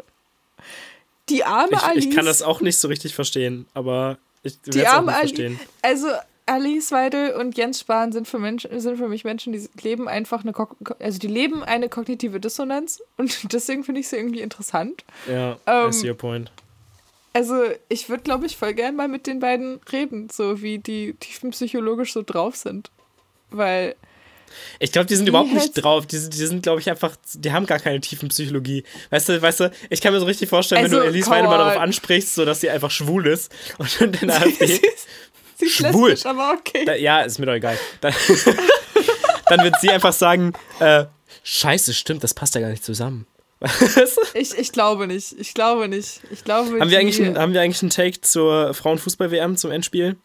Die arme Ich, Alice. ich kann das auch nicht so richtig verstehen, aber ich Die werde es auch arme nicht Ali- verstehen. Also Alice Weidel und Jens Spahn sind für, Menschen, sind für mich Menschen, die leben einfach eine, Ko- also die leben eine kognitive Dissonanz und deswegen finde ich sie irgendwie interessant. Ja, Ähm, I see your point. Also ich würde, glaube ich, voll gern mal mit den beiden reden, so wie die tiefenpsychologisch so drauf sind. Weil, Ich glaube, die sind die überhaupt nicht hält- drauf. Die sind, die sind glaube ich, einfach, die haben gar keine tiefen Psychologie. Weißt du, weißt du, ich kann mir so richtig vorstellen, Also, wenn du Elise come Weidel mal on. darauf ansprichst, so dass sie einfach schwul ist und in der AfD. sie ist, sie ist Schwul. lesbisch, aber okay. Da, ja, ist mir doch egal. Dann, dann wird sie einfach sagen, äh, scheiße, stimmt, das passt ja gar nicht zusammen. Weißt du? Ich, ich glaube nicht, ich glaube nicht. Ich glaube, Haben wir, eigentlich die- ein, haben wir eigentlich einen Take zur Frauenfußball-W M zum Endspiel?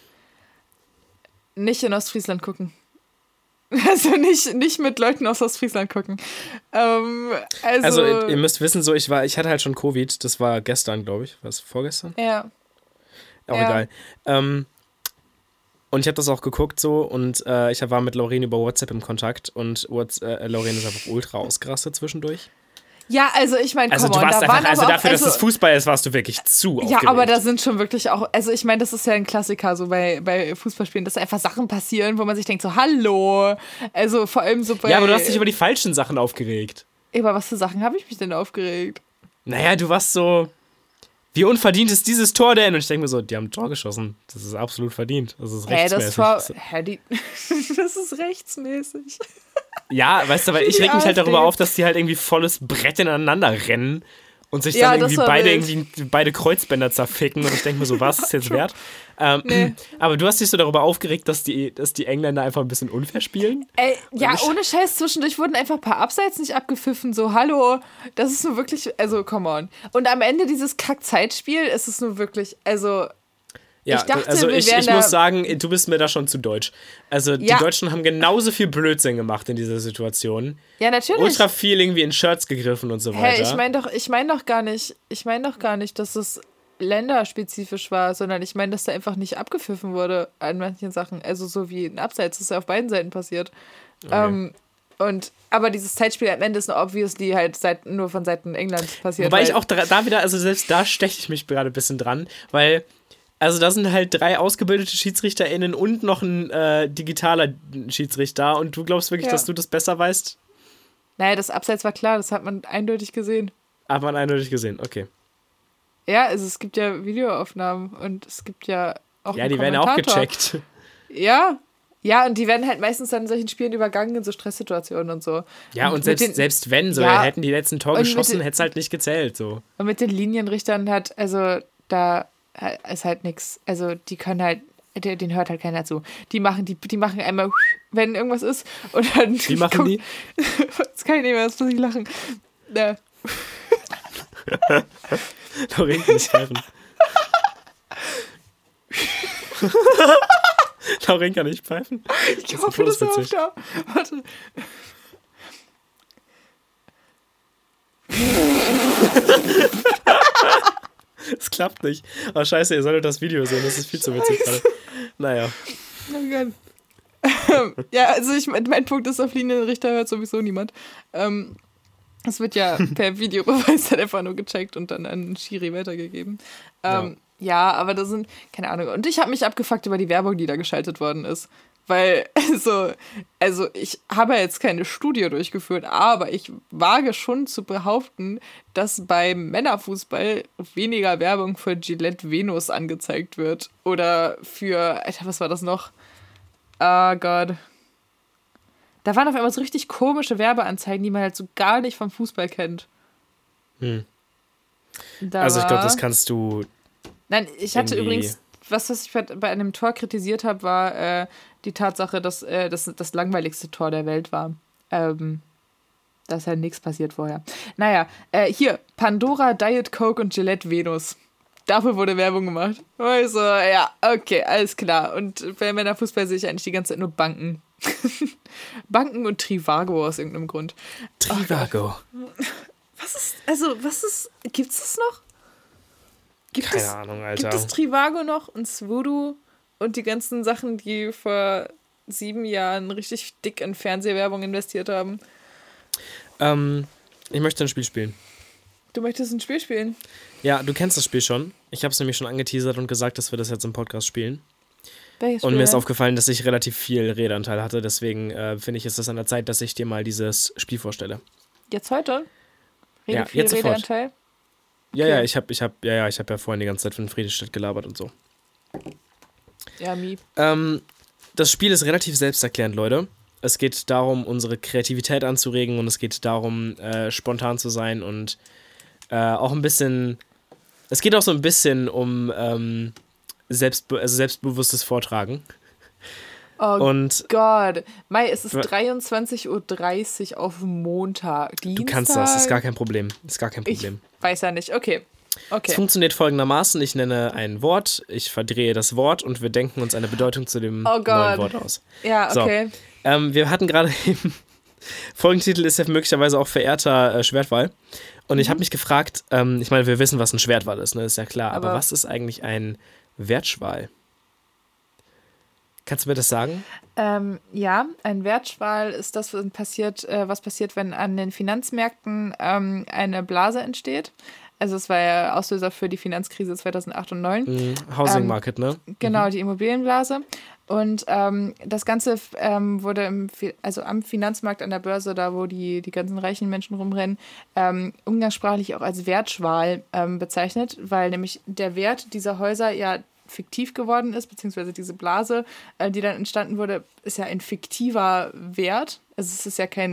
nicht in Ostfriesland gucken. Also nicht, nicht mit Leuten aus Ostfriesland gucken. Ähm, also, Also, ihr, ihr müsst wissen, so ich war, ich hatte halt schon Covid, das war gestern, glaube ich. Was, vorgestern? ja. Auch Ja. egal. Ähm, und ich habe das auch geguckt so und äh, ich war mit Lauren über WhatsApp im Kontakt und What's, äh, Lauren ist einfach ultra ausgerastet zwischendurch. Ja, also ich meine, Also come du on, warst da einfach, waren also aber dafür, auch, dass es Fußball ist, warst du wirklich zu Ja, aufgeregt. aber da sind schon wirklich auch, also ich meine, das ist ja ein Klassiker so bei, bei Fußballspielen, dass einfach Sachen passieren, wo man sich denkt so, hallo, also vor allem so bei... Ja, aber du hast dich über die falschen Sachen aufgeregt. Über was für Sachen habe ich mich denn aufgeregt? Naja, du warst so, wie unverdient ist dieses Tor denn? Und ich denke mir so, die haben ein Tor geschossen. Das ist absolut verdient. Das ist Hä, rechtsmäßig. das Tor, hä, die, das ist rechtsmäßig. Ja, weißt du, weil ich Die reg mich halt AfD. darüber auf, dass die halt irgendwie volles Brett ineinander rennen und sich Ja, dann das irgendwie war beide wild. irgendwie beide Kreuzbänder zerficken und ich denke mir so, was ist jetzt wert? Ähm, Nee. Aber du hast dich so darüber aufgeregt, dass die, dass die Engländer einfach ein bisschen unfair spielen? Ey, ja, ich- ohne Scheiß, zwischendurch wurden einfach ein paar Abseits nicht abgepfiffen, so, hallo, das ist nur wirklich, also, come on. Und am Ende dieses Kack-Zeitspiel ist es nur wirklich, also, Ja, ich dachte, also wir ich, wären ich da- muss sagen, du bist mir da schon zu deutsch. Also die Ja. Deutschen haben genauso viel Blödsinn gemacht in dieser Situation. ja, natürlich. Ultra viel irgendwie in Shirts gegriffen und so weiter. Hä, ich meine doch, ich meine doch gar nicht, ich meine doch gar nicht, dass es länderspezifisch war, sondern ich meine, dass da einfach nicht abgepfiffen wurde an manchen Sachen. Also so wie ein Abseits, das ist ja auf beiden Seiten passiert. Okay. Ähm, und, aber dieses Zeitspiel am Ende ist nur obviously halt seit, nur von Seiten Englands passiert. Wobei weil, ich auch da, da wieder, also selbst da steche ich mich gerade ein bisschen dran, weil, also da sind halt drei ausgebildete SchiedsrichterInnen und noch ein äh, digitaler Schiedsrichter und du glaubst wirklich, Ja. dass du das besser weißt? Naja, das Abseits war klar, das hat man eindeutig gesehen. Hat man eindeutig gesehen, okay. Ja, also es gibt ja Videoaufnahmen und es gibt ja auch Ja, einen die werden auch Kommentator. gecheckt. Ja, ja, und die werden halt meistens dann in solchen Spielen übergangen in so Stresssituationen und so. Ja, und mit selbst, den- selbst wenn, so, Ja. hätten die letzten Tor Und mit geschossen, den- hätte es halt nicht gezählt, so. Und mit den Linienrichtern hat, also da ist halt nichts. Also die können halt, den den hört halt keiner zu. Die machen, die, die machen einmal, wenn irgendwas ist. Und dann Wie machen die? Das kann ich nicht mehr, das muss ich lachen. Ja. Lauren kann nicht pfeifen. Lauren kann nicht pfeifen. Ich hoffe, das ist todeswitzig. da. Warte. Es klappt nicht. Oh, scheiße, ihr solltet das Video sehen. Das ist viel zu witzig gerade. Naja. Oh Gott. Ja, also ich, mein Punkt ist, auf Linienrichter hört sowieso niemand. Ähm, es wird ja per Videobeweis dann einfach nur gecheckt und dann an Schiri weitergegeben. Ähm, ja. ja, aber da sind, keine Ahnung. Und ich habe mich abgefuckt über die Werbung, die da geschaltet worden ist. Weil, also, also ich habe jetzt keine Studie durchgeführt, aber ich wage schon zu behaupten, dass beim Männerfußball weniger Werbung für Gillette Venus angezeigt wird. Oder für, Alter, was war das noch? Oh Gott. Da waren auf einmal so richtig komische Werbeanzeigen, die man halt so gar nicht vom Fußball kennt. Hm. Da Also ich glaube, war- das kannst du. Nein, ich hatte irgendwie- übrigens, was, was ich bei bei einem Tor kritisiert habe, war äh, die Tatsache, dass äh, das das langweiligste Tor der Welt war. Ähm, da ist ja nichts passiert vorher. Naja, äh, hier, Pandora, Diet Coke und Gillette Venus. Dafür wurde Werbung gemacht. Also, ja, okay, alles klar. Und bei Männerfußball sehe ich eigentlich die ganze Zeit nur Banken. Banken und Trivago aus irgendeinem Grund. Trivago. Was ist, also, was ist, gibt's das noch? Gibt Keine es, Ahnung, Alter. Gibt es Trivago noch und Swoodoo und die ganzen Sachen, die vor sieben Jahren richtig dick in Fernsehwerbung investiert haben? Ähm, ich möchte ein Spiel spielen. Du möchtest ein Spiel spielen? Ja, du kennst das Spiel schon. Ich habe es nämlich schon angeteasert und gesagt, dass wir das jetzt im Podcast spielen. Welches Und Spiel mir ist denn? aufgefallen, dass ich relativ viel Redeanteil hatte. Deswegen äh, finde ich, ist es an der Zeit, dass ich dir mal dieses Spiel vorstelle. Jetzt heute? Rede Ja, viel jetzt sofort. Redeanteil? Ja, Okay. ja, ich habe ich hab, ja, ja, ich hab ja vorhin die ganze Zeit von Friedrichstadt gelabert und so. Ja, mi. Ähm, das Spiel ist relativ selbsterklärend, Leute. Es geht darum, unsere Kreativität anzuregen und es geht darum, äh, spontan zu sein und äh, auch ein bisschen. Es geht auch so ein bisschen um ähm, selbstbe also selbstbewusstes Vortragen. Oh Und Gott. Mai, es ist Wa- dreiundzwanzig Uhr dreißig auf Montag. Dienstag? du kannst das, ist gar kein Problem. Ist gar kein Problem. Ich weiß ja nicht. Okay. Es Okay. funktioniert folgendermaßen: Ich nenne ein Wort, ich verdrehe das Wort und wir denken uns eine Bedeutung zu dem Oh neuen Gott. Wort aus. Ja, So. okay. Ähm, wir hatten gerade eben, Folgentitel ist ja möglicherweise auch verehrter äh, Schwertwall. Und ich habe mich gefragt, ähm, ich meine, wir wissen, was ein Schwertwall ist, ne? Ist ja klar. Aber, Aber- was ist eigentlich ein Wertschwal? Kannst du mir das sagen? Ähm, ja, ein Wertschwal ist das, was passiert, äh, was passiert, wenn an den Finanzmärkten ähm, eine Blase entsteht. Also es war ja Auslöser für die Finanzkrise zweitausendacht und zweitausendneun. Hm, Housing Ähm, Market, ne? Genau, die Immobilienblase. Und ähm, das Ganze ähm, wurde im, Fi- also am Finanzmarkt an der Börse, da wo die, die ganzen reichen Menschen rumrennen, ähm, umgangssprachlich auch als Wertschwal ähm, bezeichnet, weil nämlich der Wert dieser Häuser ja fiktiv geworden ist, beziehungsweise diese Blase, äh, die dann entstanden wurde, ist ja ein fiktiver Wert. Also es ist ja kein,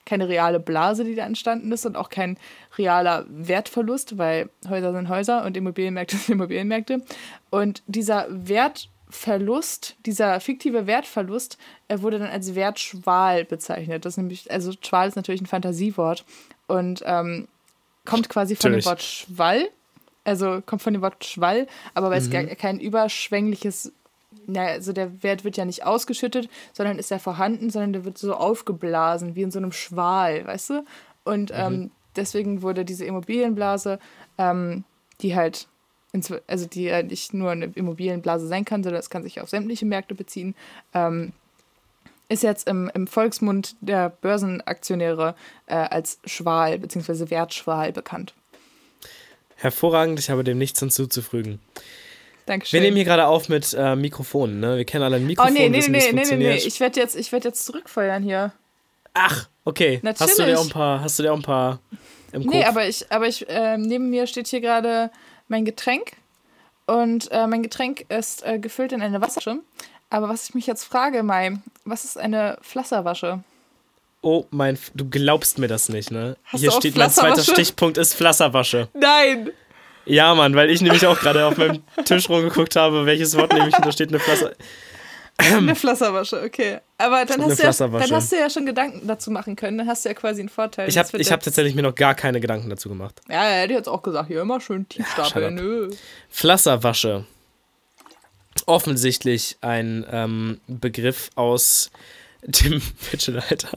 keine reale Blase, die da entstanden ist und auch kein realer Wertverlust, weil Häuser sind Häuser und Immobilienmärkte sind Immobilienmärkte. Und dieser Wertverlust, dieser fiktive Wertverlust, er wurde dann als Wertschwal bezeichnet. Das ist nämlich, also Schwal ist natürlich ein Fantasiewort und ähm, kommt quasi von Natürlich. dem Wort Schwall, also kommt von dem Wort Schwall, aber weil es Mhm. gar kein überschwängliches, naja, also der Wert wird ja nicht ausgeschüttet, sondern ist ja vorhanden, sondern der wird so aufgeblasen, wie in so einem Schwal, weißt du? Und ähm, deswegen wurde diese Immobilienblase, ähm, die halt, ins, also die ja nicht nur eine Immobilienblase sein kann, sondern es kann sich auf sämtliche Märkte beziehen, ähm, ist jetzt im, im Volksmund der Börsenaktionäre äh, als Schwal bzw. Wertschwal bekannt. Hervorragend, ich habe dem nichts hinzuzufügen. Dankeschön. Wir nehmen hier gerade auf mit äh, Mikrofonen, ne? Wir kennen alle ein Oh Mikrofon, nee, nee, wissen, wie nee, es nee, nee, funktioniert. nee. Ich werde jetzt, ich werd jetzt zurückfeuern hier. Ach, okay. Hast du dir Natürlich. auch ein paar, hast du dir auch ein paar im Kopf? Nee, aber ich, aber ich, äh, neben mir steht hier gerade mein Getränk. Und äh, mein Getränk ist äh, gefüllt in eine Wasserflasche. Aber was ich mich jetzt frage, Mai, was ist eine Flasserwasche? Oh mein, F- du glaubst mir das nicht, ne? Hast Hier du auch steht, mein zweiter Flasserwasche? Stichpunkt ist Flasserwasche. Nein! Ja, Mann, weil ich nämlich auch gerade auf meinem Tisch rumgeguckt habe, welches Wort nehme ich, und da steht eine Flasser. Eine Flasserwasche, okay. Aber dann Eine hast, du ja, Flasserwasche. dann hast du ja schon Gedanken dazu machen können. Dann hast du ja quasi einen Vorteil. Ich habe Das wird ich hab jetzt- tatsächlich mir noch gar keine Gedanken dazu gemacht. Ja, er hätte jetzt auch gesagt, hier immer schön tief shut stapeln. up. Nö. Flasserwasche. Offensichtlich ein ähm, Begriff aus dem Mittelalter.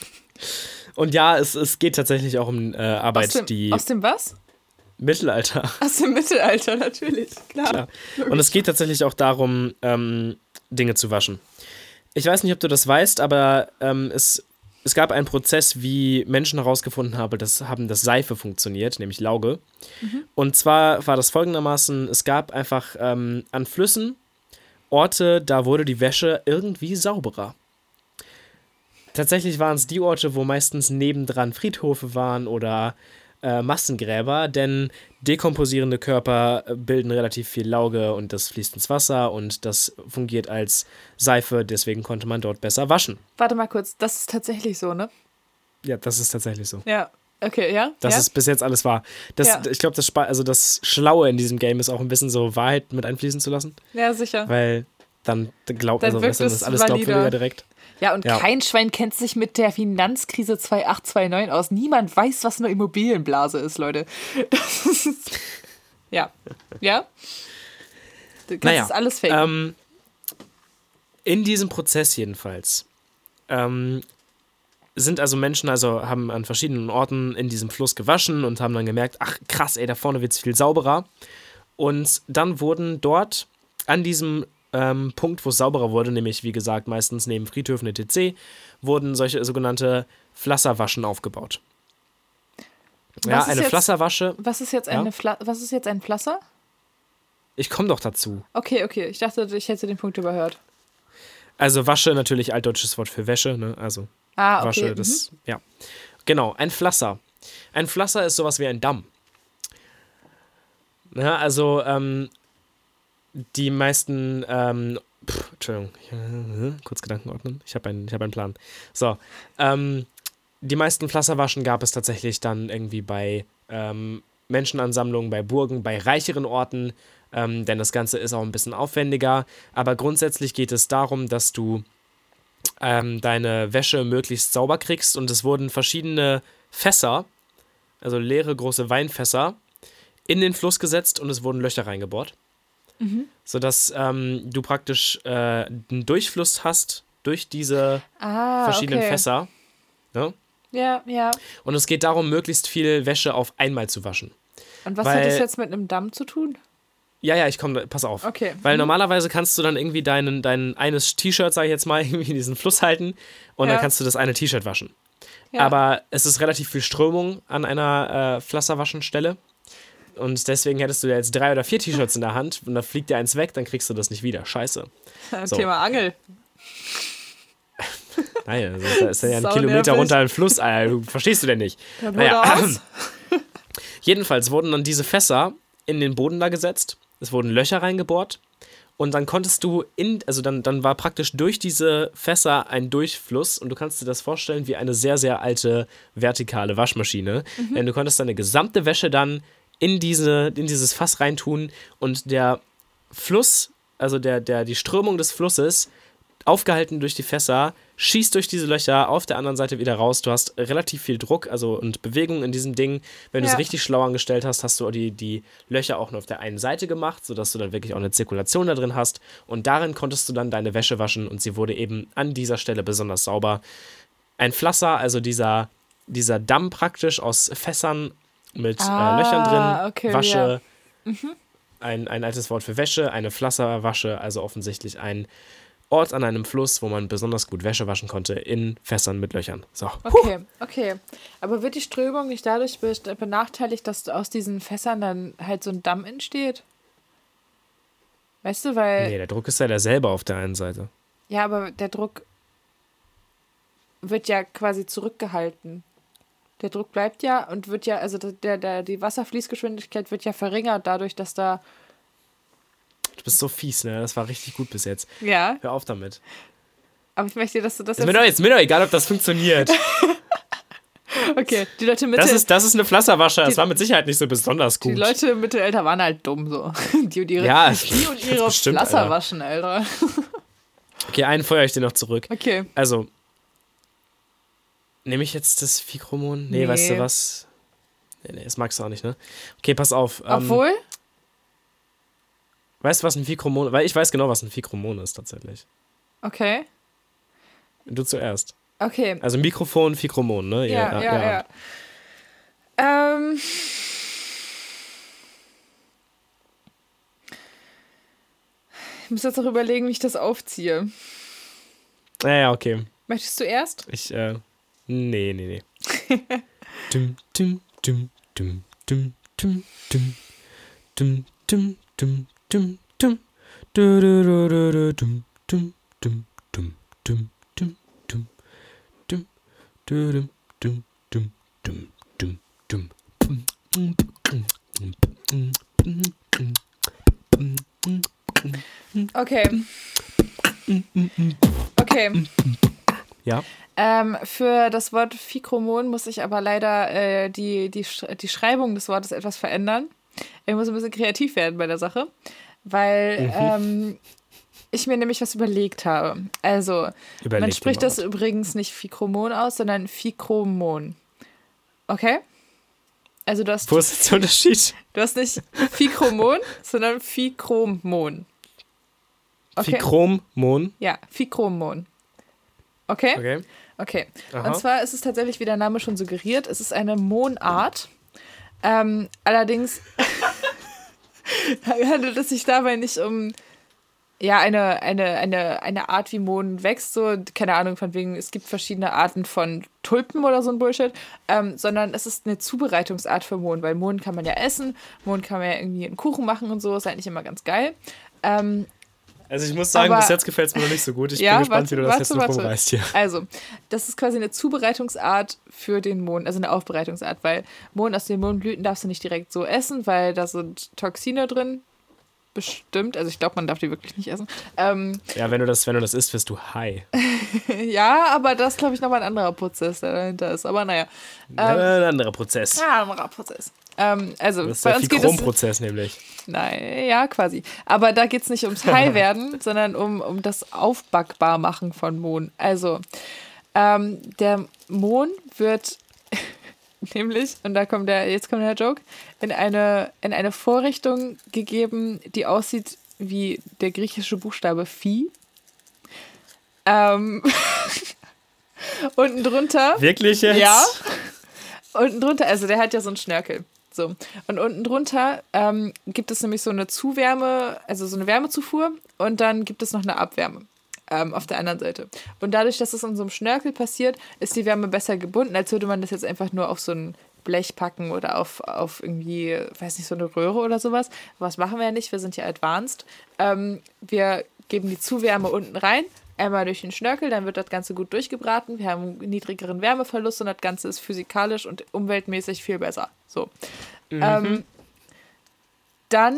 Und ja, es, es geht tatsächlich auch um äh, Arbeit, Aus dem, die aus dem was? Mittelalter. Aus dem Mittelalter, natürlich. Klar. Klar. Und es geht tatsächlich auch darum, ähm, Dinge zu waschen. Ich weiß nicht, ob du das weißt, aber ähm, es, es gab einen Prozess, wie Menschen herausgefunden haben, dass, haben, dass Seife funktioniert, nämlich Lauge. Und zwar war das folgendermaßen, es gab einfach ähm, an Flüssen Orte, da wurde die Wäsche irgendwie sauberer. Tatsächlich waren es die Orte, wo meistens nebendran Friedhöfe waren oder äh, Massengräber, denn dekomposierende Körper äh, bilden relativ viel Lauge und das fließt ins Wasser und das fungiert als Seife, deswegen konnte man dort besser waschen. Warte mal kurz, das ist tatsächlich so, ne? Ja, das ist tatsächlich so. Ja. Okay, ja? Das ja? ist bis jetzt alles wahr. Das, Ja. Ich glaube, das, Spa- also das Schlaue in diesem Game ist auch ein bisschen so Wahrheit mit einfließen zu lassen, Ja, sicher. weil dann glaubt, Dann also wirkt weißt du, das es ist alles valider. glaubwürdiger direkt. Ja, und Ja. kein Schwein kennt sich mit der Finanzkrise achtzig neunundzwanzig aus. Niemand weiß, was eine Immobilienblase ist, Leute. Das ist, ja. Ja? Das Naja, ist alles fake. Ähm, in diesem Prozess jedenfalls ähm, sind also Menschen, also haben an verschiedenen Orten in diesem Fluss gewaschen und haben dann gemerkt, ach krass, ey, da vorne wird es viel sauberer. Und dann wurden dort an diesem ähm, Punkt, wo es sauberer wurde, nämlich wie gesagt meistens neben Friedhöfen et cetera, wurden solche sogenannte Flasserwaschen aufgebaut. Ja, Was ist eine jetzt- Flasserwasche, was ist jetzt ja? eine Fla was ist jetzt ein Flasser? ich komme doch dazu. Okay, okay. Ich dachte, ich hätte den Punkt überhört. Also Wasche, natürlich altdeutsches Wort für Wäsche, ne? Also Ah, okay. Wasche, das, ja. Genau, ein Flasser. Ein Flasser ist sowas wie ein Damm. Ja, also, ähm, die meisten, ähm, pff, Entschuldigung, äh, kurz Gedanken ordnen. Ich habe einen, ich hab einen Plan. So, ähm, die meisten Flasserwaschen gab es tatsächlich dann irgendwie bei ähm, Menschenansammlungen, bei Burgen, bei reicheren Orten, ähm, denn das Ganze ist auch ein bisschen aufwendiger. Aber grundsätzlich geht es darum, dass du ähm, deine Wäsche möglichst sauber kriegst und es wurden verschiedene Fässer, also leere große Weinfässer, in den Fluss gesetzt und es wurden Löcher reingebohrt, sodass ähm, du praktisch äh, einen Durchfluss hast durch diese Ah, verschiedenen okay. Fässer. Ne? Ja, ja. Und es geht darum, möglichst viel Wäsche auf einmal zu waschen. Und was Weil- hat das jetzt mit einem Damm zu tun? Ja, ja, ich komme, pass auf. Okay. Weil Mhm. normalerweise kannst du dann irgendwie deinen, dein eines T-Shirt, sag ich jetzt mal, irgendwie in diesen Fluss halten und Ja. dann kannst du das eine T-Shirt waschen. Ja. Aber es ist relativ viel Strömung an einer äh, Flasserwaschenstelle und deswegen hättest du jetzt drei oder vier T-Shirts in der Hand und da fliegt dir eins weg, dann kriegst du das nicht wieder. Scheiße. so. Thema Angel. Nein, also da ist ja ein Sau Kilometer nervig. runter im Fluss, Alter, du verstehst du denn nicht. Dann hol Naja, da aus. jedenfalls wurden dann diese Fässer in den Boden da gesetzt, es wurden Löcher reingebohrt Und dann konntest du in, also dann, dann war praktisch durch diese Fässer ein Durchfluss und du kannst dir das vorstellen wie eine sehr, sehr alte vertikale Waschmaschine. Mhm. Denn du konntest deine gesamte Wäsche dann in, diese, in dieses Fass reintun und der Fluss, also der, der, die Strömung des Flusses, aufgehalten durch die Fässer, schießt durch diese Löcher auf der anderen Seite wieder raus. Du hast relativ viel Druck also und Bewegung in diesem Ding. Wenn ja. du es richtig schlau angestellt hast, hast du die, die Löcher auch nur auf der einen Seite gemacht, sodass du dann wirklich auch eine Zirkulation da drin hast. Und darin konntest du dann deine Wäsche waschen und sie wurde eben an dieser Stelle besonders sauber. Ein Flasser, also dieser, dieser Damm praktisch aus Fässern mit ah, äh, Löchern drin, okay, Wasche, ja. mhm. ein, ein altes Wort für Wäsche, eine Flasserwasche, also offensichtlich ein Ort an einem Fluss, wo man besonders gut Wäsche waschen konnte, in Fässern mit Löchern. So. Okay, okay. Aber wird die Strömung nicht dadurch benachteiligt, dass aus diesen Fässern dann halt so ein Damm entsteht? Weißt du, weil... Nee, der Druck ist ja derselbe auf der einen Seite. Ja, aber der Druck wird ja quasi zurückgehalten. Der Druck bleibt ja und wird ja, also der, der, die Wasserfließgeschwindigkeit wird ja verringert dadurch, dass da... Du bist so fies, ne? Das war richtig gut bis jetzt. Ja. Hör auf damit. Aber ich möchte, dass du das jetzt... Ist mir doch, jetzt mir doch egal, ob das funktioniert. Okay, die Leute mit... Das ist, das ist eine Flasserwasche. Das war mit Sicherheit nicht so besonders gut. Die Leute im Mittelalter waren halt dumm, so. Die und ihre, ja, die und ihre bestimmt, Flasserwaschen, Alter. Okay, einen feuer ich dir noch zurück. Okay. Also, nehme ich jetzt das Fichromon? Nee, nee, weißt du was? Nee, nee, das magst du auch nicht, ne? Okay, pass auf. Obwohl... Ähm, weißt du, was ein Fichromon ist? Weil ich weiß genau, was ein Fichromon ist, tatsächlich. Okay. Du zuerst. Okay. Also Mikrofon, Fichromon, ne? Ja, ja, ja. ja. ja. Ähm. Ich muss jetzt auch überlegen, wie ich das aufziehe. Ja, ja, okay. Möchtest du erst? Ich, äh, nee, nee, nee. dum, dum, dum, dum, dum, dum, dum, dum, dum, dum, dum, dum, du, du, du, du, du, dum, dum, dum, dum, dum, dum, dum, dum, du, dum, dum, dum, dum, dum, dum. Okay. Okay. Ja. Ähm, für das Wort Fichromon muss ich aber leider äh, die, die, die Schreibung des Wortes etwas verändern. Ich muss ein bisschen kreativ werden bei der Sache, weil mhm. ähm, ich mir nämlich was überlegt habe. Also, Überleg man spricht das übrigens nicht Fichromon aus, sondern Fichromon. Okay? Also du hast... Wo ist jetzt der Unterschied? Du hast nicht Fichromon, sondern Fichromon. Okay? Fichromon? Ja, Fichromon. Okay? Okay. Okay. Aha. Und zwar ist es tatsächlich, wie der Name schon suggeriert, es ist eine Mohnart. Ähm, allerdings handelt es sich dabei nicht um ja, eine, eine, eine, eine Art, wie Mohn wächst, so, keine Ahnung, von wegen, es gibt verschiedene Arten von Tulpen oder so ein Bullshit, ähm, sondern es ist eine Zubereitungsart für Mohn, weil Mohn kann man ja essen, Mohn kann man ja irgendwie einen Kuchen machen und so, ist eigentlich immer ganz geil. Ähm, Also ich muss sagen, aber, bis jetzt gefällt es mir noch nicht so gut. Ich ja, bin gespannt, warte, wie du das warte, jetzt noch warte. rumreißt hier. Also, das ist quasi eine Zubereitungsart für den Mohn, also eine Aufbereitungsart, weil Mohn aus den Mohnblüten darfst du nicht direkt so essen, weil da sind Toxine drin. Bestimmt, also ich glaube, man darf die wirklich nicht essen. Ähm, ja, wenn du das, wenn du das isst, wirst du high. Ja, aber das ist, glaube ich, nochmal ein anderer Prozess, der dahinter ist. Aber naja. Ähm, ein anderer Prozess. Ja, ein anderer Prozess. Ähm, also, das ist bei der uns geht es... Prozess nämlich. Nein, ja, quasi. Aber da geht es nicht ums High-Werden, sondern um, um das Aufbackbarmachen von Mohn. Also, ähm, der Mohn wird... Nämlich, und da kommt der, jetzt kommt der Joke, in eine, in eine Vorrichtung gegeben, die aussieht wie der griechische Buchstabe Phi. Ähm, unten drunter. Wirklich jetzt? Ja. Unten drunter, also der hat ja so einen Schnörkel. So. Und unten drunter ähm, gibt es nämlich so eine Zuwärme, also so eine Wärmezufuhr und dann gibt es noch eine Abwärme. Ähm, auf der anderen Seite. Und dadurch, dass es in so einem Schnörkel passiert, ist die Wärme besser gebunden, als würde man das jetzt einfach nur auf so ein Blech packen oder auf, auf irgendwie, weiß nicht, so eine Röhre oder sowas. Was machen wir ja nicht, wir sind ja advanced. Ähm, wir geben die Zuwärme unten rein, einmal durch den Schnörkel, dann wird das Ganze gut durchgebraten, wir haben einen niedrigeren Wärmeverlust und das Ganze ist physikalisch und umweltmäßig viel besser. So. Mhm. Ähm, dann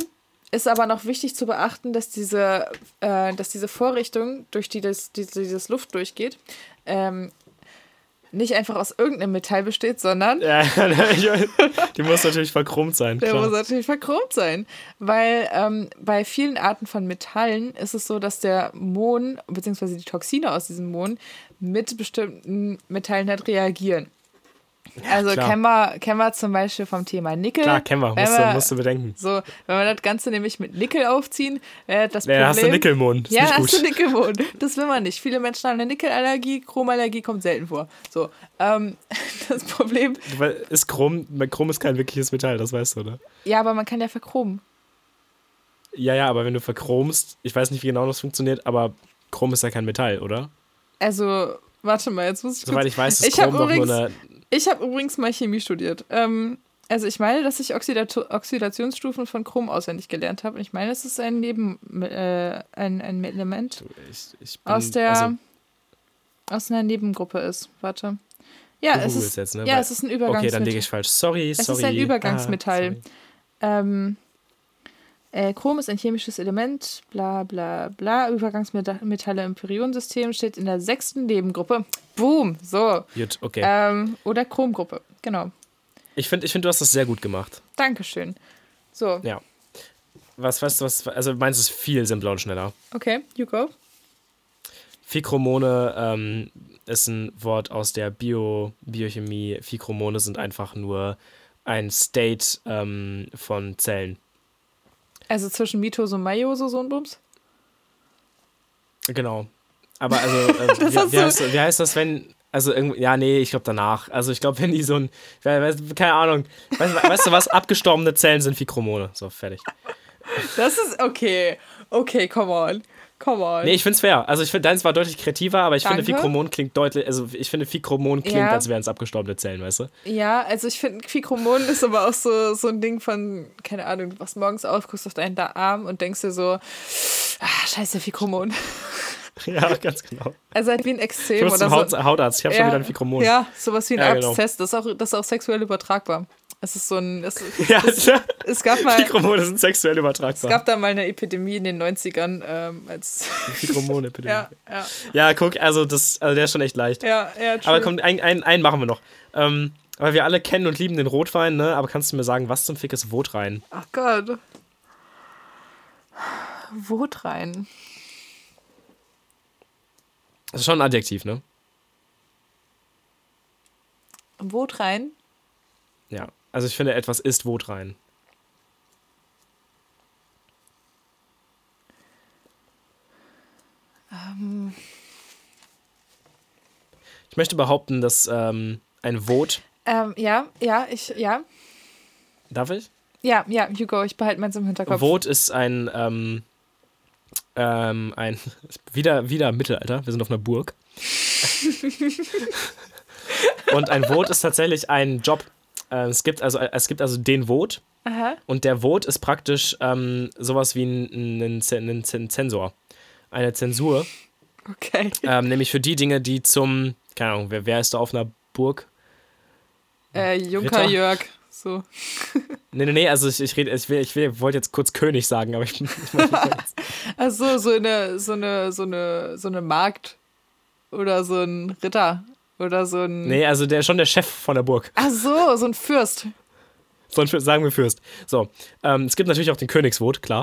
ist aber noch wichtig zu beachten, dass diese, äh, dass diese Vorrichtung, durch die das, die, dieses Luft durchgeht, ähm, nicht einfach aus irgendeinem Metall besteht, sondern Ja, die muss natürlich verchromt sein. der Klar. muss natürlich verchromt sein. Weil ähm, bei vielen Arten von Metallen ist es so, dass der Mohn, beziehungsweise die Toxine aus diesem Mohn, mit bestimmten Metallen halt reagieren. Also klar. kennen wir, kennen wir zum Beispiel vom Thema Nickel. Klar, kennen wir, Wenn musst, du, wir- musst du bedenken. So, wenn wir das Ganze nämlich mit Nickel aufziehen, wäre das Ja, Problem... hast du Nickelmond. Ist Ja, nicht hast du gut. Nickelmond. Das will man nicht. Viele Menschen haben eine Nickelallergie, Chromallergie kommt selten vor. So, ähm, das Problem... Weil ist Chrom, Chrom ist kein wirkliches Metall, das weißt du, oder? Ja, aber man kann ja verchromen. Ja, ja, aber wenn du verchromst, ich weiß nicht, wie genau das funktioniert, aber Chrom ist ja kein Metall, oder? Also, warte mal, jetzt muss ich Soweit kurz... ich weiß, ist Ich hab Chrom doch nur übrigens- eine... Ich habe übrigens mal Chemie studiert. Ähm, also ich meine, dass ich Oxidat- Oxidationsstufen von Chrom auswendig gelernt habe. Und ich meine, es ist ein Neben... Äh, ein, ein Element Ich, ich bin, aus der... Also, aus einer Nebengruppe ist. Warte. Ja, du es googelst ist... jetzt, ne? Ja, Weil- es ist ein okay, Übergangsmetall. dann liege ich falsch. Sorry, Es ist sorry. ein Übergangsmetall. Ah, sorry. Ähm, äh, Chrom ist ein chemisches Element, bla bla bla. Übergangsmetalle im Periodensystem steht in der sechsten Nebengruppe. Boom, so. Gut, okay. Ähm, oder Chromgruppe, genau. Ich finde, ich find, du hast das sehr gut gemacht. Dankeschön. So, Ja. Was, weißt du, was, also meins ist viel simpler und schneller. okay, you go. Fichromone ähm, ist ein Wort aus der Bio, Biochemie. Fichromone sind einfach nur ein State ähm, von Zellen. Also zwischen Mitose und Meiose, so ein Bums? Genau. Aber also, äh, Das wie, hast wie, du- heißt, wie heißt das, wenn, also irgendwie, ja, nee, ich glaube danach. Also ich glaube, wenn die so ein, we- we- keine Ahnung, weißt, weißt du was, abgestorbene Zellen sind Fichromone. So, fertig. Das ist okay. Okay, come on. Come on. Nee, ich find's fair. Also ich finde, deins war deutlich kreativer, aber ich Danke. finde, Fichromon klingt deutlich, also ich finde, Fichromon klingt, Ja. als wären es abgestorbene Zellen, weißt du? Ja, also ich finde, Fichromon ist aber auch so, so ein Ding von, keine Ahnung, du wachst morgens auf, guckst auf deinen Da- Arm und denkst dir so, ah, scheiße, Fichromon. Ja, ganz genau. Also halt wie ein Ich Extrem muss oder zum Haut, so. Hautarzt, ich habe schon wieder ein Fichromon. Ja, sowas wie ein Ja, genau. Abszess, das ist, auch, das ist auch sexuell übertragbar. Es ist so ein, es, Ja, es gab mal, Fichromone sind sexuell es übertragbar. gab da mal eine Epidemie in den neunzigern, ähm, als, Fichromon-Epidemie. ja, ja, Ja, guck, also das, also der ist schon echt leicht. ja, ja, true. Aber komm, einen, einen, einen machen wir noch. Ähm, aber wir alle kennen und lieben den Rotwein, ne? Aber kannst du mir sagen, was zum Fick ist Rotwein? Ach Gott. Wut rein. Das ist schon ein Adjektiv, ne? Wut rein? Ja. Also ich finde, etwas ist Rotwein. Ähm, Ich möchte behaupten, dass ähm, ein Vot, ähm, ja, ja, ich, ja. darf ich? Ja, ja, you go, ich behalte meins im Hinterkopf. Vot ist ein, ähm, ähm, ein, wieder, wieder Mittelalter, wir sind auf einer Burg. Und ein Vot ist tatsächlich ein Job. Äh, es gibt also, es gibt also den Vot Aha. und der Vot ist praktisch ähm, sowas wie ein, ein, ein, ein Zensor. Eine Zensur, Okay. ähm, nämlich für die Dinge, die zum, keine Ahnung, wer, wer ist da auf einer Burg? Äh, Junker Ritter? Jörg. So. Nee, nee, nee, also ich, ich rede, ich, will, ich will, wollte jetzt kurz König sagen, aber ich, Also so eine, so eine, so eine, so eine Magd oder so ein Ritter oder so ein. nee, also der schon der Chef von der Burg. Ach so, so ein Fürst. Sonst sagen wir Fürst. So, ähm, es gibt natürlich auch den Königsvot, klar.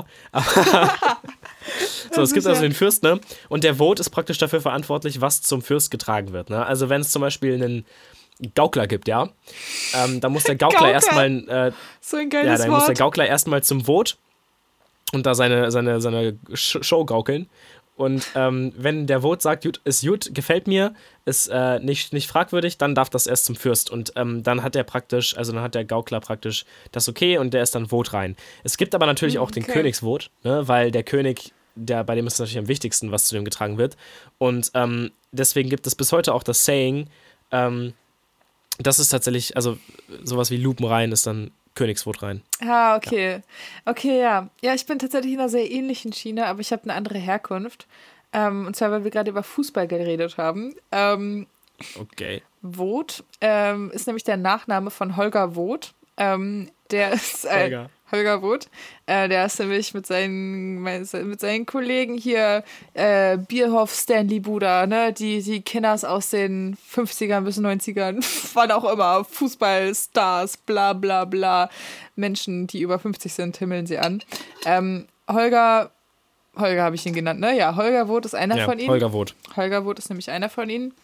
so, es gibt also den Fürst, ne? Und der Vot ist praktisch dafür verantwortlich, was zum Fürst getragen wird, ne? Also wenn es zum Beispiel einen Gaukler gibt, ja, ähm, dann muss der Gaukler Gaukler. erstmal, äh, So ein ja, geiles dann muss der Wort. Gaukler erstmal zum Vot und da seine, seine, seine Sh- Show gaukeln. Und ähm, wenn der Vot sagt, gut, ist gut, gefällt mir, ist äh, nicht, nicht fragwürdig, dann darf das erst zum Fürst. Und ähm, dann hat er praktisch, also dann hat der Gaukler praktisch das okay und der ist dann Vot rein. Es gibt aber natürlich auch den Okay. Königsvot, ne, weil der König, der, bei dem ist es natürlich am wichtigsten, was zu dem getragen wird. Und ähm, deswegen gibt es bis heute auch das Saying, ähm, das ist tatsächlich, also sowas wie Lupenrein ist dann Königsvot rein. Ah, okay. Okay, ja. Ja, ich bin tatsächlich in einer sehr ähnlichen Schiene, aber ich habe eine andere Herkunft. Ähm, und zwar, weil wir gerade über Fußball geredet haben. Ähm, Okay. Voth ähm, ist nämlich der Nachname von Holger Voth. Ähm, der ist ein, Holger. Holger Woth. Äh, der ist nämlich mit seinen, mit seinen Kollegen hier, äh, Bierhoff, Stanley Buda, ne, die, die Kinders aus den fünfzigern bis neunzigern, waren auch immer Fußballstars, bla bla bla. Menschen, die über fünfzig sind, himmeln sie an. Ähm, Holger, Holger habe ich ihn genannt, ne? Ja, Holger Woth ist einer ja, von ihnen. Holger Woth. Holger Woth ist nämlich einer von ihnen.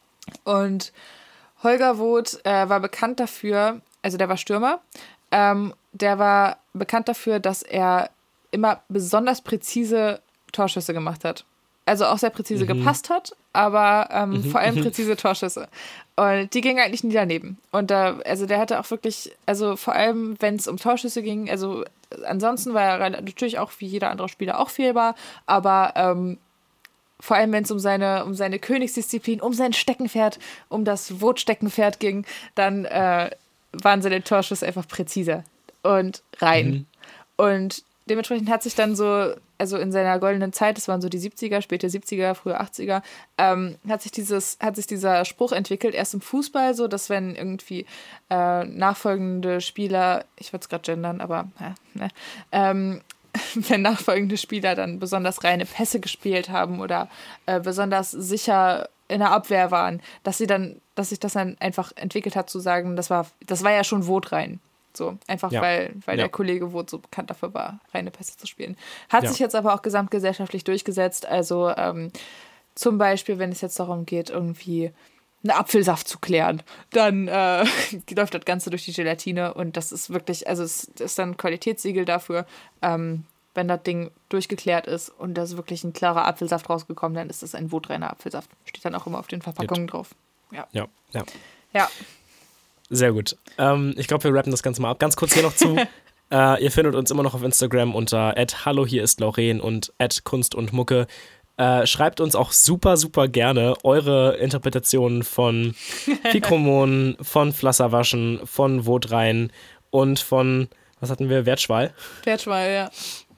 Und Holger Woth äh, war bekannt dafür, also der war Stürmer, ähm, der war bekannt dafür, dass er immer besonders präzise Torschüsse gemacht hat. Also auch sehr präzise mhm. gepasst hat, aber ähm, mhm. vor allem präzise Torschüsse. Und die gingen eigentlich nie daneben. Und da, also der hatte auch wirklich, also vor allem, wenn es um Torschüsse ging, also ansonsten war er natürlich auch wie jeder andere Spieler auch fehlbar, aber ähm, vor allem, wenn es um seine, um seine Königsdisziplin, um sein Steckenpferd, um das Woth-Steckenpferd ging, dann äh, waren seine Torschüsse einfach präziser und rein. Mhm. Und dementsprechend hat sich dann so, also in seiner goldenen Zeit, das waren so die siebziger, späte siebziger, frühe achtziger, ähm, hat sich dieses, hat sich dieser Spruch entwickelt, erst im Fußball so, dass wenn irgendwie äh, nachfolgende Spieler, ich würde es gerade gendern, aber ja, ne, ähm, wenn nachfolgende Spieler dann besonders reine Pässe gespielt haben oder äh, besonders sicher in der Abwehr waren, dass sie dann, dass sich das dann einfach entwickelt hat, zu sagen, das war, das war ja schon Woth rein. So, einfach ja. weil, weil ja. der Kollege Woth so bekannt dafür war, reine Pässe zu spielen. Hat ja. sich jetzt aber auch gesamtgesellschaftlich durchgesetzt. Also ähm, zum Beispiel, wenn es jetzt darum geht, irgendwie einen Apfelsaft zu klären, dann äh, läuft das Ganze durch die Gelatine und das ist wirklich, also es ist dann ein Qualitätssiegel dafür, ähm, wenn das Ding durchgeklärt ist und da ist wirklich ein klarer Apfelsaft rausgekommen, dann ist das ein Woth-reiner Apfelsaft. Steht dann auch immer auf den Verpackungen Gut. drauf. Ja. Ja, ja. Ja. Sehr gut. Ähm, ich glaube, wir rappen das Ganze mal ab. Ganz kurz hier noch zu. äh, ihr findet uns immer noch auf Instagram unter at hallo hier ist Lauren und at Kunst und Mucke. Äh, schreibt uns auch super, super gerne eure Interpretationen von Fikromon, von Flasserwaschen, von Woth rein und von, was hatten wir, Wertschwal? Wertschwal, ja.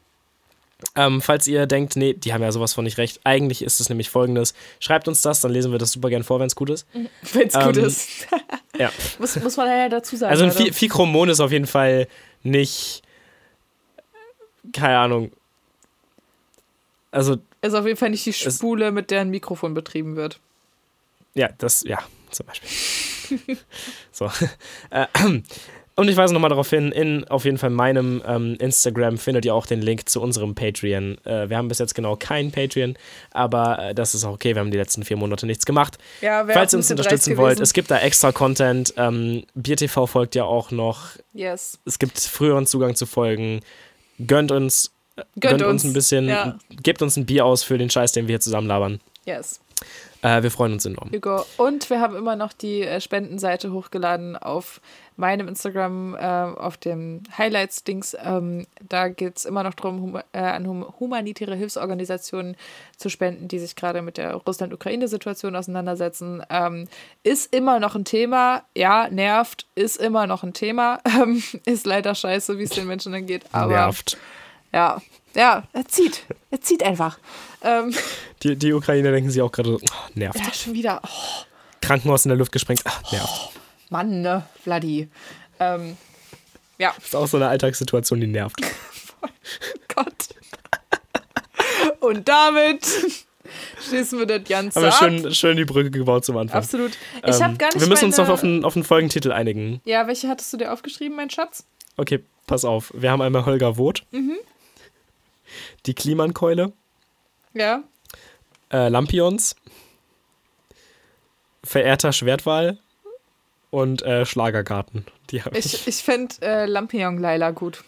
Ähm, falls ihr denkt, nee, die haben ja sowas von nicht recht. Eigentlich ist es nämlich folgendes. Schreibt uns das, dann lesen wir das super gern vor, wenn es gut ist. Wenn es ähm, gut ist. Ja. muss, muss man ja dazu sagen. Also ein Fi- Fikromon ist auf jeden Fall nicht, keine Ahnung. Also ist auf jeden Fall nicht die Spule, es, mit der ein Mikrofon betrieben wird. Ja, das, ja, zum Beispiel. so. Äh, Und ich weise nochmal darauf hin, in auf jeden Fall meinem ähm, Instagram findet ihr auch den Link zu unserem Patreon. Äh, wir haben bis jetzt genau kein Patreon, aber äh, das ist auch okay, wir haben die letzten vier Monate nichts gemacht. Ja, falls ihr uns unterstützen wollt, es gibt da extra Content. Ähm, Bier T V folgt ja auch noch. Yes. Es gibt früheren Zugang zu Folgen. Gönnt uns, äh, gönnt, gönnt uns ein bisschen, ja. Gebt uns ein Bier aus für den Scheiß, den wir hier zusammen labern. Yes. Äh, wir freuen uns enorm. Hugo. Und wir haben immer noch die äh, Spendenseite hochgeladen auf meinem Instagram, äh, auf dem Highlights-Dings. Ähm, da geht es immer noch darum, hum- äh, an hum- humanitäre Hilfsorganisationen zu spenden, die sich gerade mit der Russland-Ukraine-Situation auseinandersetzen. Ähm, ist immer noch ein Thema. Ja, nervt. Ist immer noch ein Thema. Ähm, ist leider scheiße, wie es den Menschen dann geht. Aber nervt. Ja, ja, er zieht. Er zieht einfach. Ähm, die, die Ukrainer denken sich auch gerade, oh, nervt. Ja, schon wieder. Oh. Krankenhaus in der Luft gesprengt, ach, nervt. Oh, Mann, ne, Vladi. Ähm, ja. Das ist auch so eine Alltagssituation, die nervt. Oh Gott. Und damit schließen wir das Ganze Aber ab. schön, schön die Brücke gebaut zum Anfang. Absolut. Ich ähm, hab gar nicht wir müssen meine... uns noch auf einen, auf einen Folgentitel einigen. Ja, welche hattest du dir aufgeschrieben, mein Schatz? Okay, pass auf. Wir haben einmal Holger Woth. Mhm. Die Klimankeule. Ja. Äh, Lampions. Verehrter Schwertwal. Und äh, Schlagergarten. Die hab ich ich, ich fände äh, Lampion Laila gut.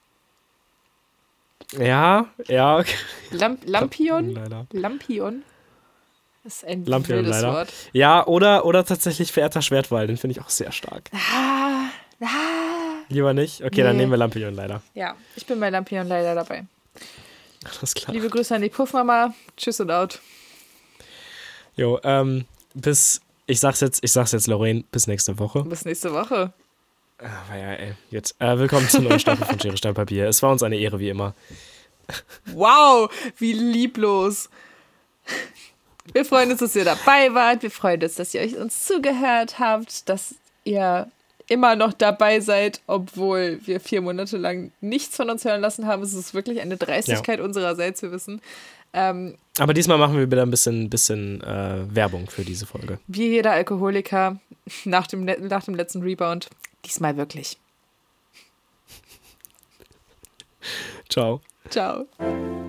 Ja, ja. Lamp- Lampion? Lampion? Das ist ein Lampion wildes leider. Wort. Ja, oder, oder tatsächlich Verehrter Schwertwal. Den finde ich auch sehr stark. Ah, ah. Lieber nicht? Okay, nee. Dann nehmen wir Lampion leider. Ja, ich bin bei Lampion leider dabei. Alles klar. Liebe Grüße an die Puffmama. Tschüss und out. Jo, ähm, bis, ich sag's jetzt, ich sag's jetzt, Lauren, bis nächste Woche. Bis nächste Woche. Ah, ja, ey, jetzt. Äh, willkommen zur neuen Staffel von Schere, Stein, Papier. Es war uns eine Ehre, wie immer. Wow, wie lieblos. Wir freuen uns, dass ihr dabei wart. Wir freuen uns, dass ihr euch uns zugehört habt, dass ihr immer noch dabei seid, obwohl wir vier Monate lang nichts von uns hören lassen haben. Es ist wirklich eine Dreistigkeit ja. unsererseits, wir wissen. Ähm, Aber diesmal machen wir wieder ein bisschen, bisschen äh, Werbung für diese Folge. Wie jeder Alkoholiker nach dem, nach dem letzten Rebound. Diesmal wirklich. Ciao. Ciao.